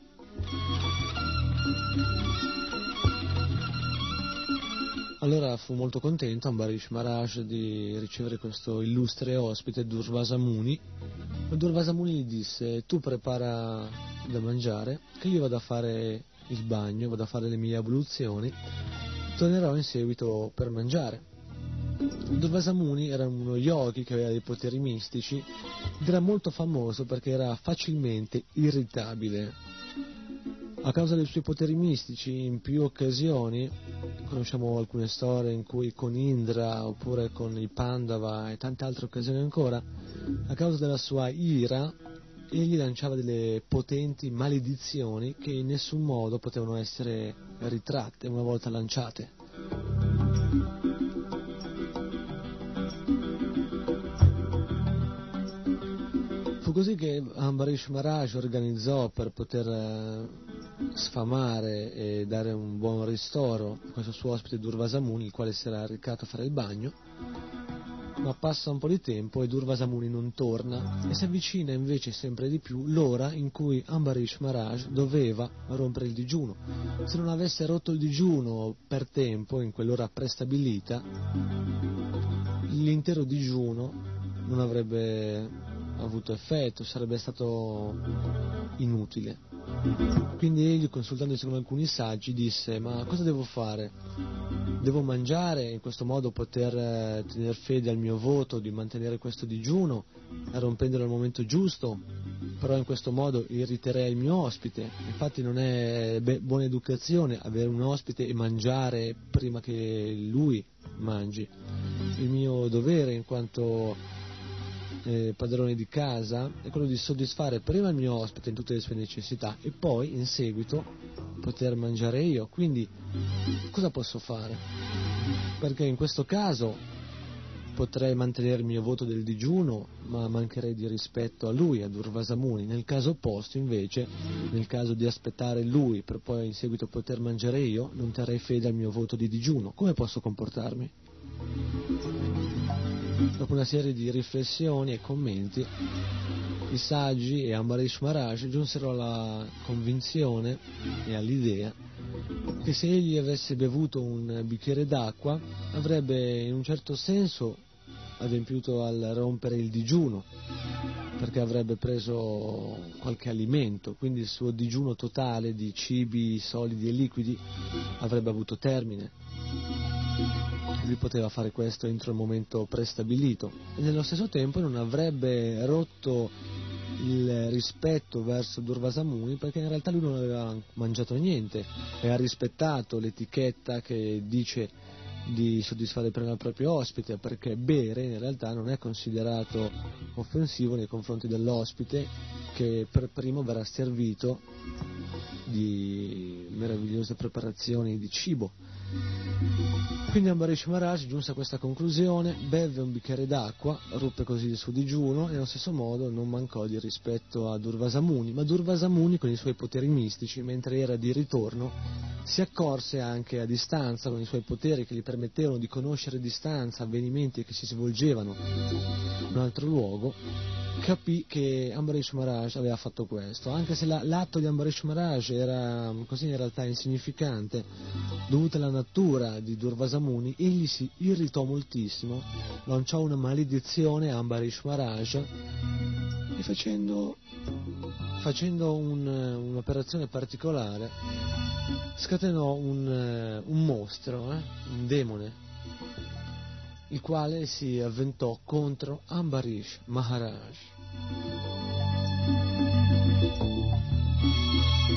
Allora fu molto contento Ambarish Maharaj di ricevere questo illustre ospite, Durvasa Muni. E Durvasa Muni gli disse: tu prepara da mangiare, che io vado a fare il bagno, vado a fare le mie abluzioni, tornerò in seguito per mangiare. Durvasa Muni era uno yogi che aveva dei poteri mistici ed era molto famoso perché era facilmente irritabile. A causa dei suoi poteri mistici, in più occasioni, conosciamo alcune storie in cui con Indra oppure con i Pandava e tante altre occasioni ancora, a causa della sua ira, egli lanciava delle potenti maledizioni che in nessun modo potevano essere ritratte una volta lanciate. Fu così che Ambarish Maharaj organizzò, per poter sfamare e dare un buon ristoro a questo suo ospite Durvasa Muni, il quale si era recato a fare il bagno, ma passa un po' di tempo e Durvasa Muni non torna e si avvicina invece sempre di più l'ora in cui Ambarish Maharaj doveva rompere il digiuno. Se non avesse rotto il digiuno per tempo, in quell'ora prestabilita, l'intero digiuno non avrebbe avuto effetto, sarebbe stato inutile. Quindi egli, consultandosi con alcuni saggi, disse: ma cosa devo fare? Devo mangiare e in questo modo poter eh, tenere fede al mio voto di mantenere questo digiuno, rompendolo al momento giusto, però in questo modo irriterei il mio ospite. Infatti non è be- buona educazione avere un ospite e mangiare prima che lui mangi. Il mio dovere in quanto Eh, padrone di casa è quello di soddisfare prima il mio ospite in tutte le sue necessità e poi in seguito poter mangiare io. Quindi cosa posso fare? Perché in questo caso potrei mantenere il mio voto del digiuno, ma mancherei di rispetto a lui, a Durvasa Muni. Nel caso opposto invece, nel caso di aspettare lui per poi in seguito poter mangiare io, non terrei fede al mio voto di digiuno. Come posso comportarmi? Dopo una serie di riflessioni e commenti, i saggi e Ambarish Maharaj giunsero alla convinzione e all'idea che se egli avesse bevuto un bicchiere d'acqua avrebbe in un certo senso adempiuto al rompere il digiuno, perché avrebbe preso qualche alimento, quindi il suo digiuno totale di cibi solidi e liquidi avrebbe avuto termine. Lui poteva fare questo entro il momento prestabilito e nello stesso tempo non avrebbe rotto il rispetto verso Durvasa Muni, perché in realtà lui non aveva mangiato niente e ha rispettato l'etichetta che dice di soddisfare prima il proprio ospite, perché bere in realtà non è considerato offensivo nei confronti dell'ospite, che per primo verrà servito di meravigliose preparazioni di cibo. Quindi Ambarish Maharaj giunse a questa conclusione, beve un bicchiere d'acqua, ruppe così il suo digiuno e allo stesso modo non mancò di rispetto a Durvasa Muni, ma Durvasa Muni con i suoi poteri mistici, mentre era di ritorno, si accorse anche a distanza, con i suoi poteri che gli permettevano di conoscere a distanza avvenimenti che si svolgevano in un altro luogo, capì che Ambarish Maharaj aveva fatto questo, anche se la, l'atto di Ambarish Maharaj era così in realtà insignificante, dovuta alla natura di Durvasa Muni, egli si irritò moltissimo, lanciò una maledizione a Ambarish Maharaj e facendo, facendo un, un'operazione particolare scatenò un, un mostro, eh, un demone, il quale si avventò contro Ambarish Maharaj.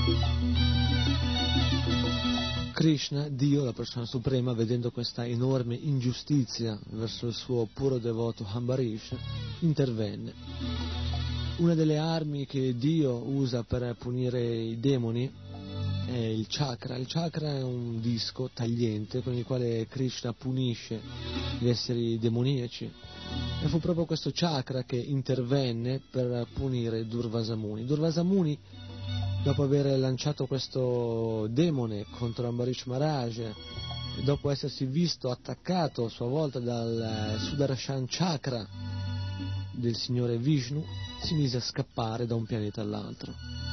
Krishna, Dio, la persona suprema, vedendo questa enorme ingiustizia verso il suo puro devoto Ambarish, intervenne. Una delle armi che Dio usa per punire i demoni è il chakra. Il chakra è un disco tagliente con il quale Krishna punisce gli esseri demoniaci. E fu proprio questo chakra che intervenne per punire Durvasa Muni. Durvasa Muni, dopo aver lanciato questo demone contro Ambarish Maharaj, dopo essersi visto attaccato a sua volta dal Sudarshan Chakra del signore Vishnu, si mise a scappare da un pianeta all'altro.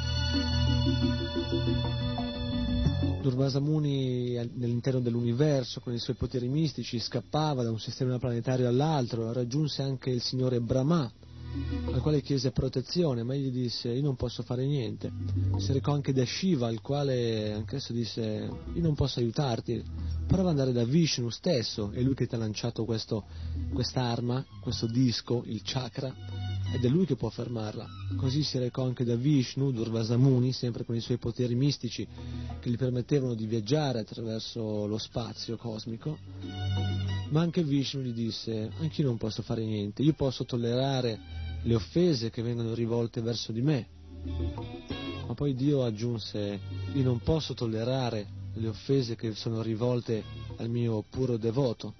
Durvasa Muni, nell'interno dell'universo, con i suoi poteri mistici, scappava da un sistema planetario all'altro, raggiunse anche il signore Brahma, al quale chiese protezione, ma egli disse: io non posso fare niente. Si recò anche da Shiva, al quale anch'esso disse: io non posso aiutarti, prova ad andare da Vishnu stesso, è lui che ti ha lanciato questo, quest'arma, questo disco, il chakra, ed è lui che può fermarla. Così si recò anche da Vishnu, Durvasa Muni, sempre con i suoi poteri mistici che gli permettevano di viaggiare attraverso lo spazio cosmico, ma anche Vishnu gli disse: anch'io non posso fare niente, io posso tollerare le offese che vengono rivolte verso di me. Ma poi Dio aggiunse: io non posso tollerare le offese che sono rivolte al mio puro devoto.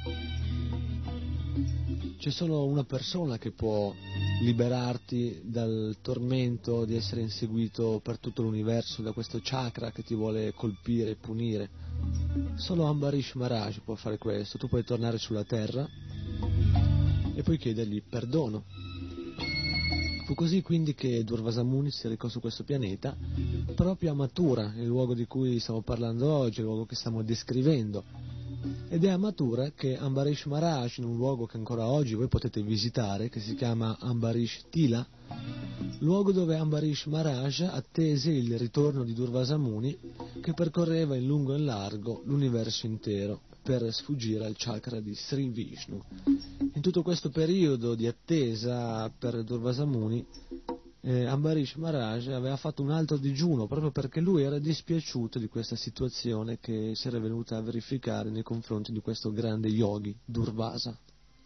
C'è solo una persona che può liberarti dal tormento di essere inseguito per tutto l'universo da questo chakra che ti vuole colpire e punire. Solo Ambarish Maharaj può fare questo. Tu puoi tornare sulla terra e puoi chiedergli perdono. Fu così quindi che Durvasa Muni si recò su questo pianeta, proprio a Mathura, il luogo di cui stiamo parlando oggi, il luogo che stiamo descrivendo. Ed è a Mathura che Ambarish Maharaj, in un luogo che ancora oggi voi potete visitare, che si chiama Ambarish Tila, luogo dove Ambarish Maharaj attese il ritorno di Durvasa Muni, che percorreva in lungo e in largo l'universo intero per sfuggire al chakra di Sri Vishnu. In tutto questo periodo di attesa per Durvasa Muni, eh, Ambarish Maharaj aveva fatto un altro digiuno, proprio perché lui era dispiaciuto di questa situazione che si era venuta a verificare nei confronti di questo grande yogi, Durvasa.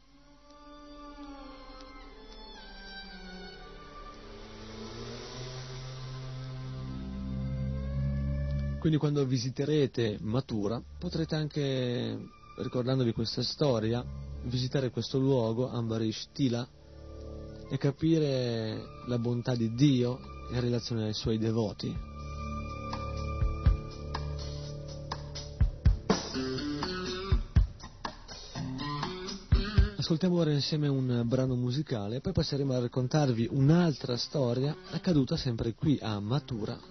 Quindi quando visiterete Mathura potrete anche, ricordandovi questa storia, visitare questo luogo, Ambarish Tila, e capire la bontà di Dio in relazione ai suoi devoti. Ascoltiamo ora insieme un brano musicale, poi passeremo a raccontarvi un'altra storia accaduta sempre qui a Mathura.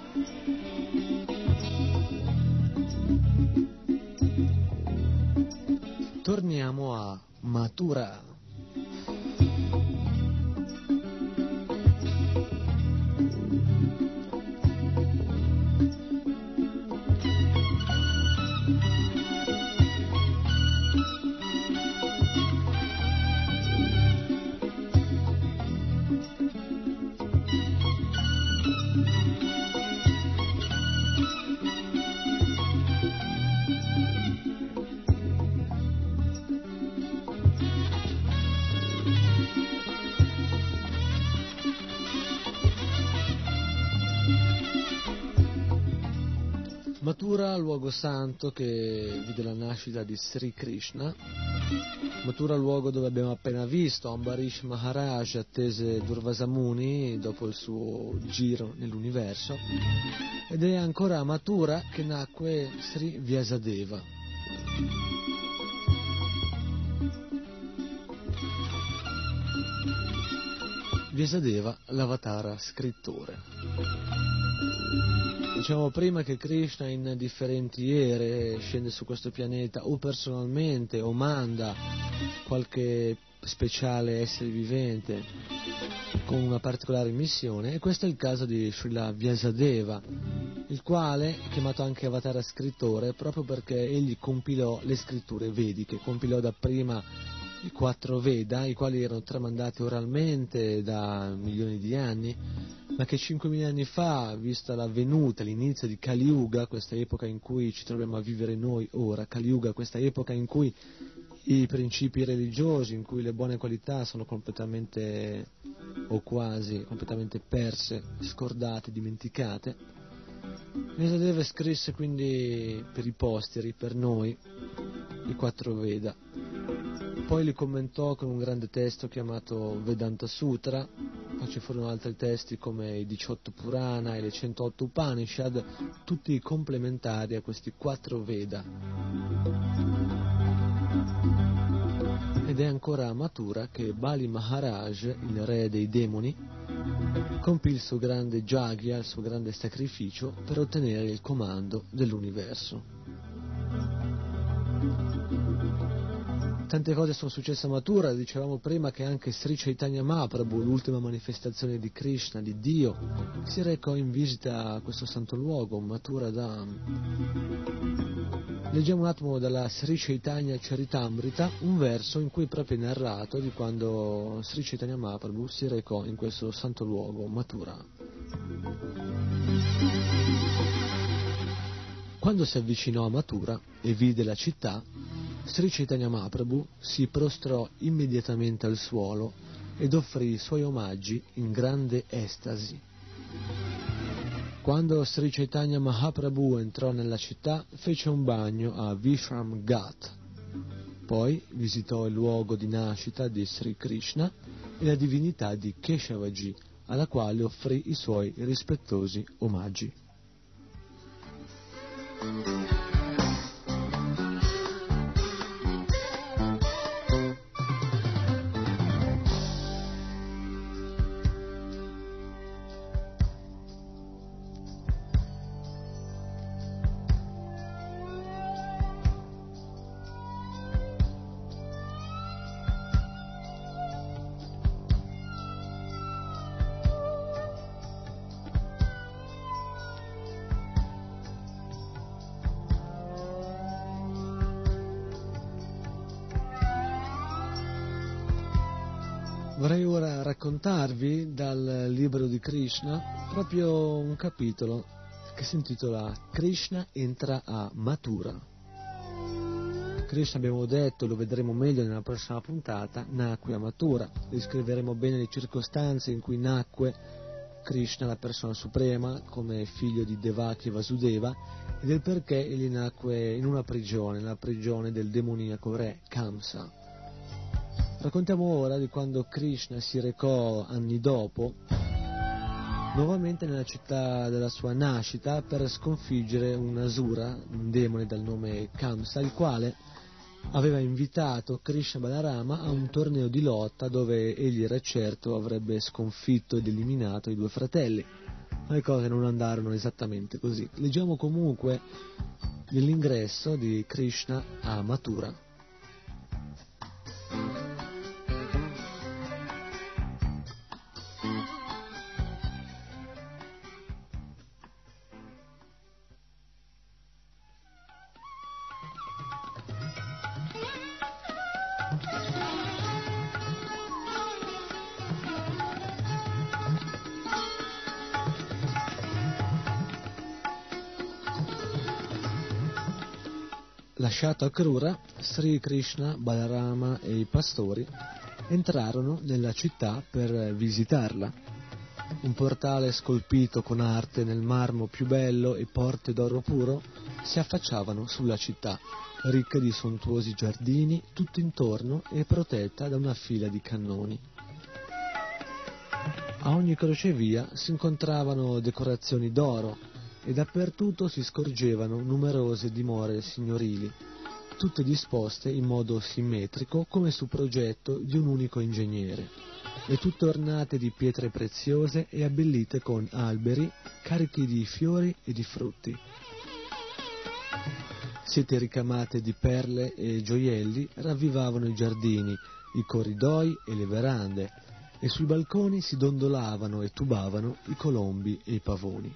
Torniamo a Mathura. Mathura, luogo santo che vide la nascita di Sri Krishna. Mathura, luogo dove abbiamo appena visto Ambarish Maharaj attese Durvasa Muni dopo il suo giro nell'universo. Ed è ancora a Mathura che nacque Sri Vyasadeva. Vyasadeva, l'avatara scrittore. Diciamo prima che Krishna in differenti ere scende su questo pianeta o personalmente o manda qualche speciale essere vivente con una particolare missione, e questo è il caso di Srila Vyasadeva, il quale è chiamato anche avatara scrittore proprio perché egli compilò le scritture vediche, compilò dapprima i quattro Veda, i quali erano tramandati oralmente da milioni di anni, ma che cinquemila anni fa, vista la venuta, l'inizio di Kali Yuga, questa epoca in cui ci troviamo a vivere noi ora, Kali Yuga, questa epoca in cui i principi religiosi, in cui le buone qualità sono completamente, o quasi, completamente perse, scordate, dimenticate, Vyasadeva scrisse quindi per i posteri, per noi, i quattro Veda. Poi li commentò con un grande testo chiamato Vedanta Sutra, poi ci furono altri testi come i diciotto Purana e le centootto Upanishad, tutti complementari a questi quattro Veda. Ed è ancora a Mathura che Bali Maharaj, il re dei demoni, compì il suo grande yagya, il suo grande sacrificio per ottenere il comando dell'universo. Tante cose sono successe a Mathura, dicevamo prima che anche Sri Chaitanya Mahaprabhu, l'ultima manifestazione di Krishna, di Dio, si recò in visita a questo santo luogo, Mathura Dham. Leggiamo un attimo dalla Sri Chaitanya Charitamrita un verso in cui proprio è narrato di quando Sri Chaitanya Mahaprabhu si recò in questo santo luogo, Mathura. Quando si avvicinò a Mathura e vide la città, Sri Chaitanya Mahaprabhu si prostrò immediatamente al suolo ed offrì i suoi omaggi in grande estasi. Quando Sri Chaitanya Mahaprabhu entrò nella città, fece un bagno a Vishram Ghat. Poi visitò il luogo di nascita di Sri Krishna e la divinità di Keshavaji, alla quale offrì i suoi rispettosi omaggi. Vorrei ora raccontarvi dal libro di Krishna proprio un capitolo che si intitola Krishna entra a Mathura. Krishna, abbiamo detto, lo vedremo meglio nella prossima puntata, nacque a Mathura. Descriveremo bene le circostanze in cui nacque Krishna, la persona suprema, come figlio di Devaki e Vasudeva, e del perché egli nacque in una prigione, la prigione del demoniaco re Kamsa. Raccontiamo ora di quando Krishna si recò anni dopo nuovamente nella città della sua nascita per sconfiggere un asura, un demone dal nome Kamsa, il quale aveva invitato Krishna Balarama a un torneo di lotta dove egli era certo avrebbe sconfitto ed eliminato i due fratelli. ma le cose non andarono esattamente così. Leggiamo comunque dell'ingresso di Krishna a Mathura. Lasciato a Krura, Sri Krishna, Balarama e i pastori entrarono nella città per visitarla. Un portale scolpito con arte nel marmo più bello e porte d'oro puro si affacciavano sulla città, ricca di sontuosi giardini, tutto intorno e protetta da una fila di cannoni. A ogni crocevia si incontravano decorazioni d'oro, e dappertutto si scorgevano numerose dimore signorili, tutte disposte in modo simmetrico come su progetto di un unico ingegnere, e tutte ornate di pietre preziose e abbellite con alberi carichi di fiori e di frutti. Sete ricamate di perle e gioielli ravvivavano i giardini, i corridoi e le verande, e sui balconi si dondolavano e tubavano i colombi e i pavoni.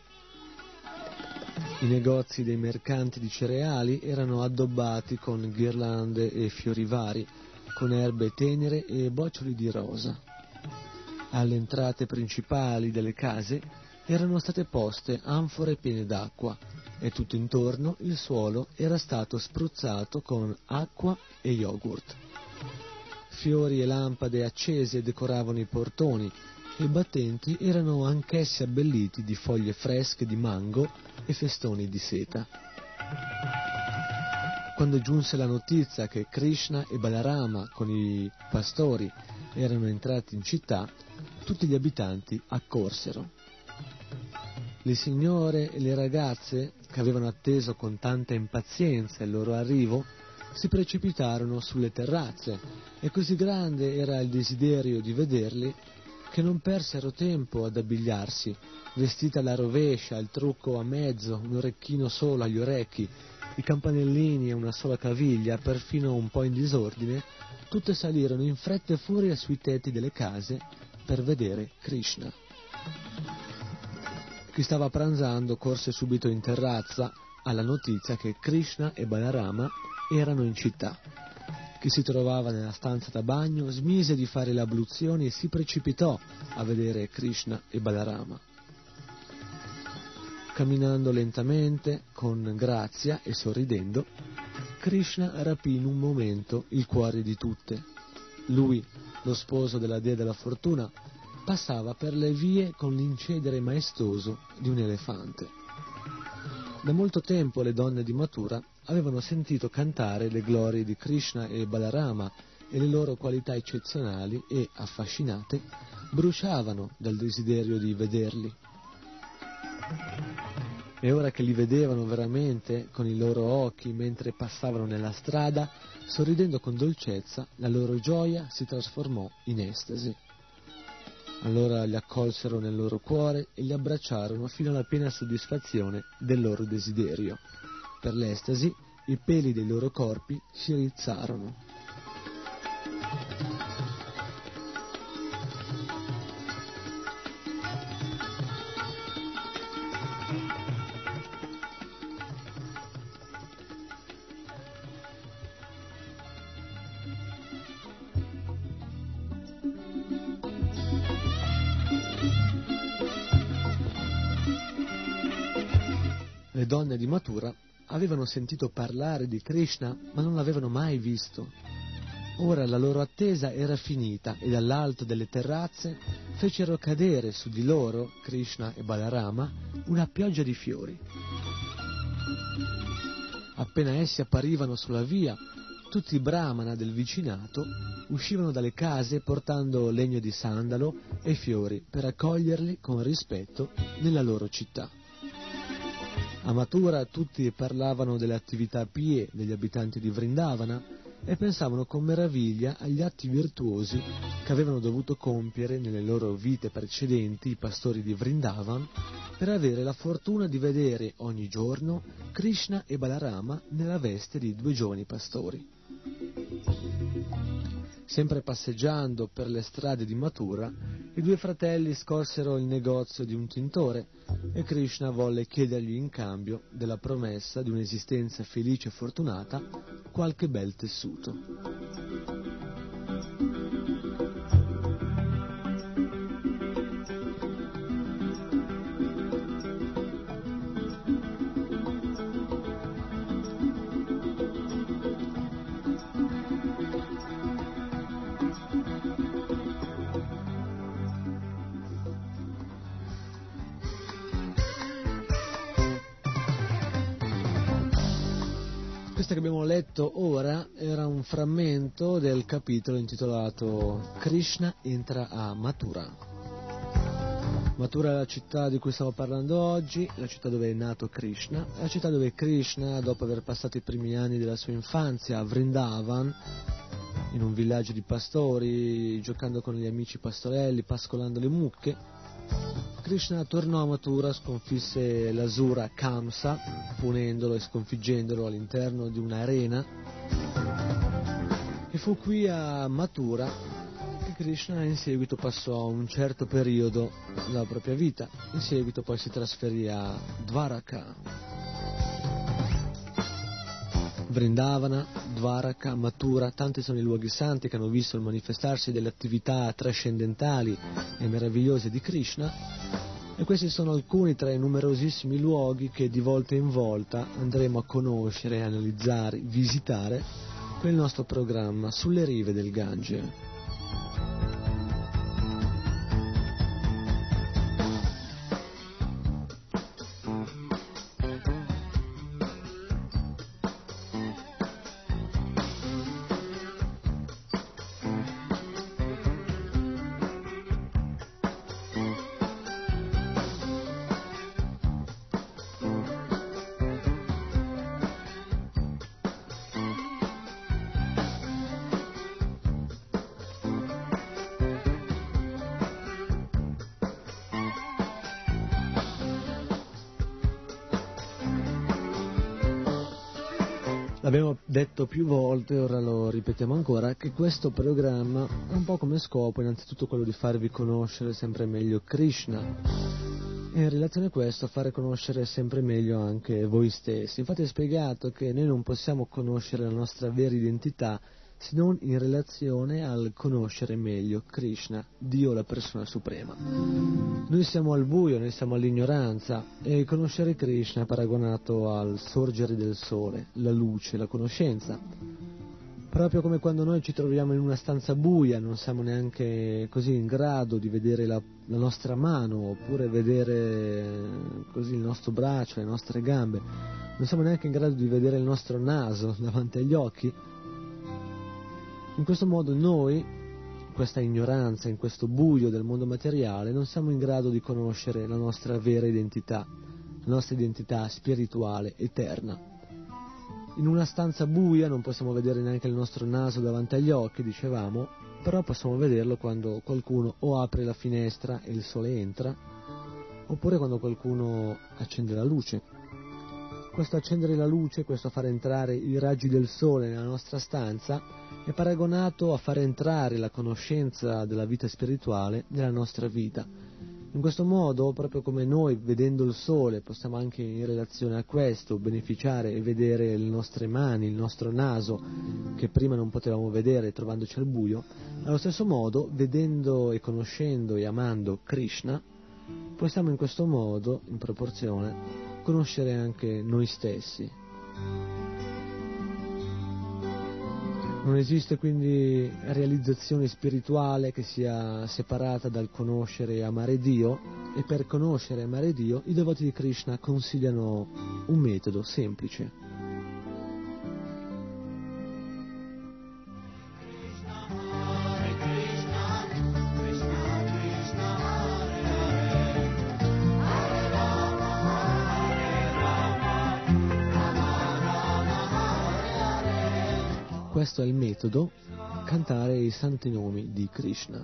I negozi dei mercanti di cereali erano addobbati con ghirlande e fiori vari, con erbe tenere e boccioli di rosa. Alle entrate principali delle case erano state poste anfore piene d'acqua e tutto intorno il suolo era stato spruzzato con acqua e yogurt. Fiori e lampade accese decoravano i portoni e i battenti erano anch'essi abbelliti di foglie fresche di mango e festoni di seta. Quando giunse la notizia che Krishna e Balarama con i pastori erano entrati in città, tutti gli abitanti accorsero. Le signore e le ragazze, che avevano atteso con tanta impazienza il loro arrivo, si precipitarono sulle terrazze, e così grande era il desiderio di vederli che non persero tempo ad abbigliarsi, vestita alla rovescia, il trucco a mezzo, un orecchino solo agli orecchi, i campanellini a una sola caviglia, perfino un po' in disordine, tutte salirono in fretta e furia sui tetti delle case per vedere Krishna. Chi stava pranzando corse subito in terrazza alla notizia che Krishna e Balarama erano in città. Chi si trovava nella stanza da bagno smise di fare le abluzioni e si precipitò a vedere Krishna e Balarama. Camminando lentamente, con grazia e sorridendo, Krishna rapì in un momento il cuore di tutte. Lui, lo sposo della dea della fortuna, passava per le vie con l'incedere maestoso di un elefante. Da molto tempo le donne di Mathura avevano sentito cantare le glorie di Krishna e Balarama e le loro qualità eccezionali e, affascinate, bruciavano dal desiderio di vederli. E ora che li vedevano veramente con i loro occhi mentre passavano nella strada, sorridendo con dolcezza, la loro gioia si trasformò in estasi. Allora li accolsero nel loro cuore e li abbracciarono fino alla piena soddisfazione del loro desiderio. Per l'estasi, i peli dei loro corpi si rizzarono. Le donne di Mathura avevano sentito parlare di Krishna, ma non l'avevano mai visto. Ora la loro attesa era finita e dall'alto delle terrazze fecero cadere su di loro, Krishna e Balarama, una pioggia di fiori. Appena essi apparivano sulla via, tutti i brahmana del vicinato uscivano dalle case portando legno di sandalo e fiori per accoglierli con rispetto nella loro città. A Mathura tutti parlavano delle attività pie degli abitanti di Vrindavana e pensavano con meraviglia agli atti virtuosi che avevano dovuto compiere nelle loro vite precedenti i pastori di Vrindavan per avere la fortuna di vedere ogni giorno Krishna e Balarama nella veste di due giovani pastori. Sempre passeggiando per le strade di Mathura, i due fratelli scorsero il negozio di un tintore e Krishna volle chiedergli in cambio della promessa di un'esistenza felice e fortunata qualche bel tessuto. Questo che abbiamo letto ora era un frammento del capitolo intitolato Krishna entra a Mathura. Mathura è la città di cui stiamo parlando oggi, la città dove è nato Krishna, la città dove Krishna, dopo aver passato i primi anni della sua infanzia a Vrindavan, in un villaggio di pastori, giocando con gli amici pastorelli, pascolando le mucche, Krishna tornò a Mathura, sconfisse l'Asura Kamsa, punendolo e sconfiggendolo all'interno di un'arena, e fu qui a Mathura che Krishna in seguito passò un certo periodo della propria vita. In seguito poi si trasferì a Dvaraka. Vrindavana, Dvaraka, Mathura, tanti sono i luoghi santi che hanno visto il manifestarsi delle attività trascendentali e meravigliose di Krishna, e questi sono alcuni tra i numerosissimi luoghi che di volta in volta andremo a conoscere, analizzare, visitare con il nostro programma Sulle rive del Gange. L'abbiamo detto più volte, ora lo ripetiamo ancora, che questo programma ha un po' come scopo innanzitutto quello di farvi conoscere sempre meglio Krishna e in relazione a questo fare conoscere sempre meglio anche voi stessi. Infatti è spiegato che noi non possiamo conoscere la nostra vera identità se non in relazione al conoscere meglio Krishna, Dio la persona suprema. Noi siamo al buio, noi siamo all'ignoranza e conoscere Krishna è paragonato al sorgere del sole, la luce, la conoscenza. Proprio come quando noi ci troviamo in una stanza buia, non siamo neanche così in grado di vedere la, la nostra mano oppure vedere così il nostro braccio, le nostre gambe, non siamo neanche in grado di vedere il nostro naso davanti agli occhi. In questo modo noi, in questa ignoranza, in questo buio del mondo materiale, non siamo in grado di conoscere la nostra vera identità, la nostra identità spirituale, eterna. In una stanza buia non possiamo vedere neanche il nostro naso davanti agli occhi, dicevamo, però possiamo vederlo quando qualcuno o apre la finestra e il sole entra, oppure quando qualcuno accende la luce. Questo accendere la luce, questo far entrare i raggi del sole nella nostra stanza, è paragonato a far entrare la conoscenza della vita spirituale nella nostra vita. In questo modo, proprio come noi, vedendo il sole, possiamo anche in relazione a questo beneficiare e vedere le nostre mani, il nostro naso, che prima non potevamo vedere trovandoci al buio, allo stesso modo, vedendo e conoscendo e amando Krishna, possiamo in questo modo, in proporzione, conoscere anche noi stessi. Non esiste quindi realizzazione spirituale che sia separata dal conoscere e amare Dio, e per conoscere e amare Dio i devoti di Krishna consigliano un metodo semplice. questo è il metodo, cantare i santi nomi di Krishna.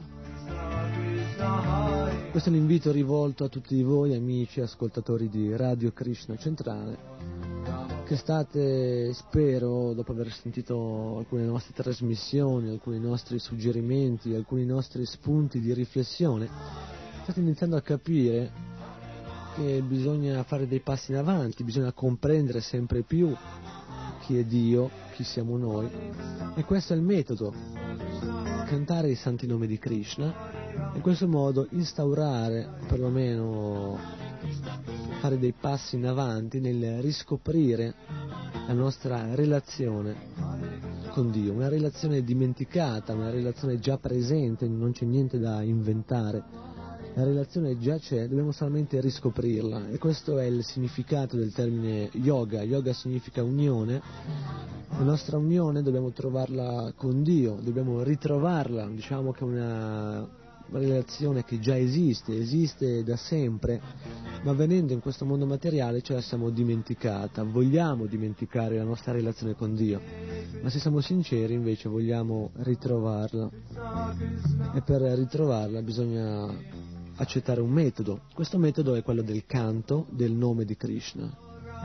Questo è l'invito rivolto a tutti voi amici ascoltatori di Radio Krishna Centrale, che state, spero, dopo aver sentito alcune nostre trasmissioni, alcuni nostri suggerimenti, alcuni nostri spunti di riflessione, state iniziando a capire che bisogna fare dei passi in avanti, bisogna comprendere sempre più chi è Dio, chi siamo noi, e questo è il metodo, cantare i santi nomi di Krishna, in questo modo instaurare, perlomeno fare dei passi in avanti nel riscoprire la nostra relazione con Dio, una relazione dimenticata, una relazione già presente, non c'è niente da inventare. La relazione già c'è, dobbiamo solamente riscoprirla, e questo è il significato del termine yoga. Yoga significa unione. La nostra unione dobbiamo trovarla con Dio, dobbiamo ritrovarla, diciamo che è una relazione che già esiste, esiste da sempre, ma venendo in questo mondo materiale ce la siamo dimenticata, vogliamo dimenticare la nostra relazione con Dio, ma se siamo sinceri invece vogliamo ritrovarla, e per ritrovarla bisogna accettare un metodo. Questo metodo è quello del canto del nome di Krishna.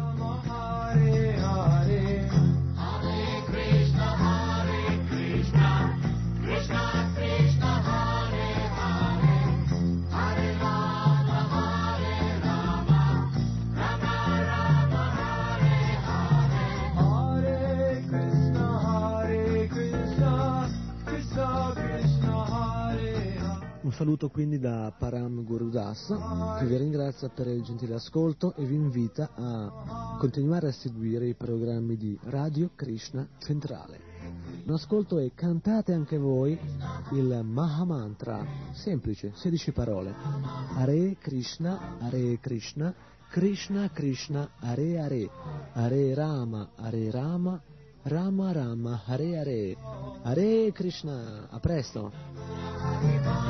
Un saluto quindi da Param Gurudas, che vi ringrazia per il gentile ascolto e vi invita a continuare a seguire i programmi di Radio Krishna Centrale. Un ascolto e cantate anche voi il Mahamantra, semplice, sedici parole. Hare Krishna, Hare Krishna, Krishna Krishna, Hare Hare, Hare Rama, Hare Rama, Rama Rama, Hare Hare, Hare Krishna. A presto!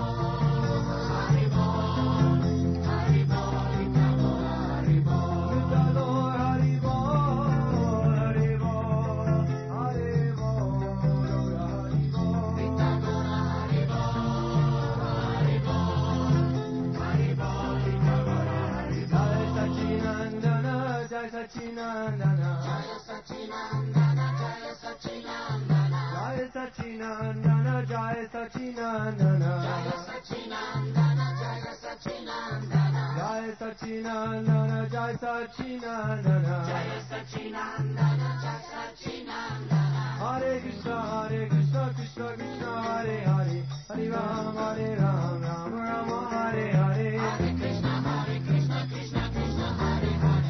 Sachinandana, Jaya Sachinandana, Jaya Sachinandana, Jaya Sachinandana, Jaya Sachinandana, Jaya Sachinandana, Jaya Sachinandana, Jaya Sachinandana, Jaya Sachinandana, Jaya Sachinandana, Jaya Sachinandana. Hare Krishna, Hare Krishna, Krishna Krishna, Hare Hare, Hare Rama, Hare Rama, Rama Rama, Hare Hare. Hare Krishna, Hare Krishna, Krishna Krishna, Hare Hare.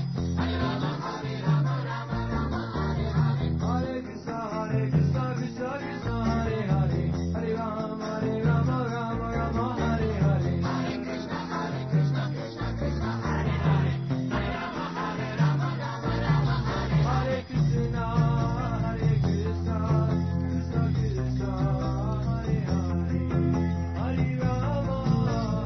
Hare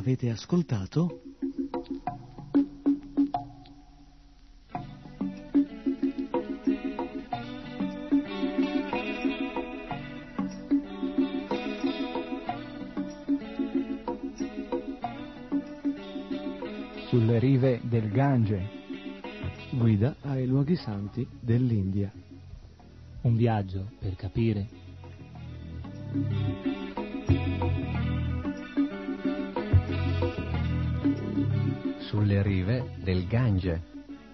Avete ascoltato? Sulle rive del Gange. Guida ai luoghi santi dell'India. Un viaggio per capire. Sulle rive del Gange.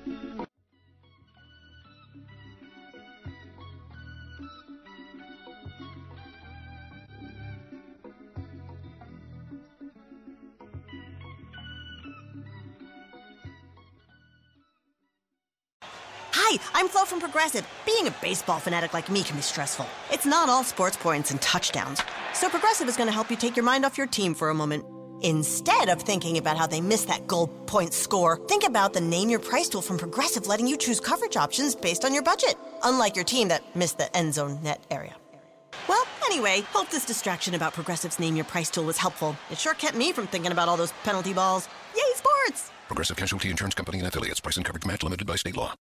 Hi, I'm Flo from Progressive. Being a baseball fanatic like me can be stressful. It's not all sports points and touchdowns. So Progressive is going to help you take your mind off your team for a moment. Instead of thinking about how they missed that goal point score, think about the Name Your Price tool from Progressive, letting you choose coverage options based on your budget, unlike your team that missed the end zone net area. Well, anyway, hope this distraction about Progressive's Name Your Price tool was helpful. It sure kept me from thinking about all those penalty balls. Yay, sports! Progressive Casualty Insurance Company and Affiliates. Price and coverage match limited by state law.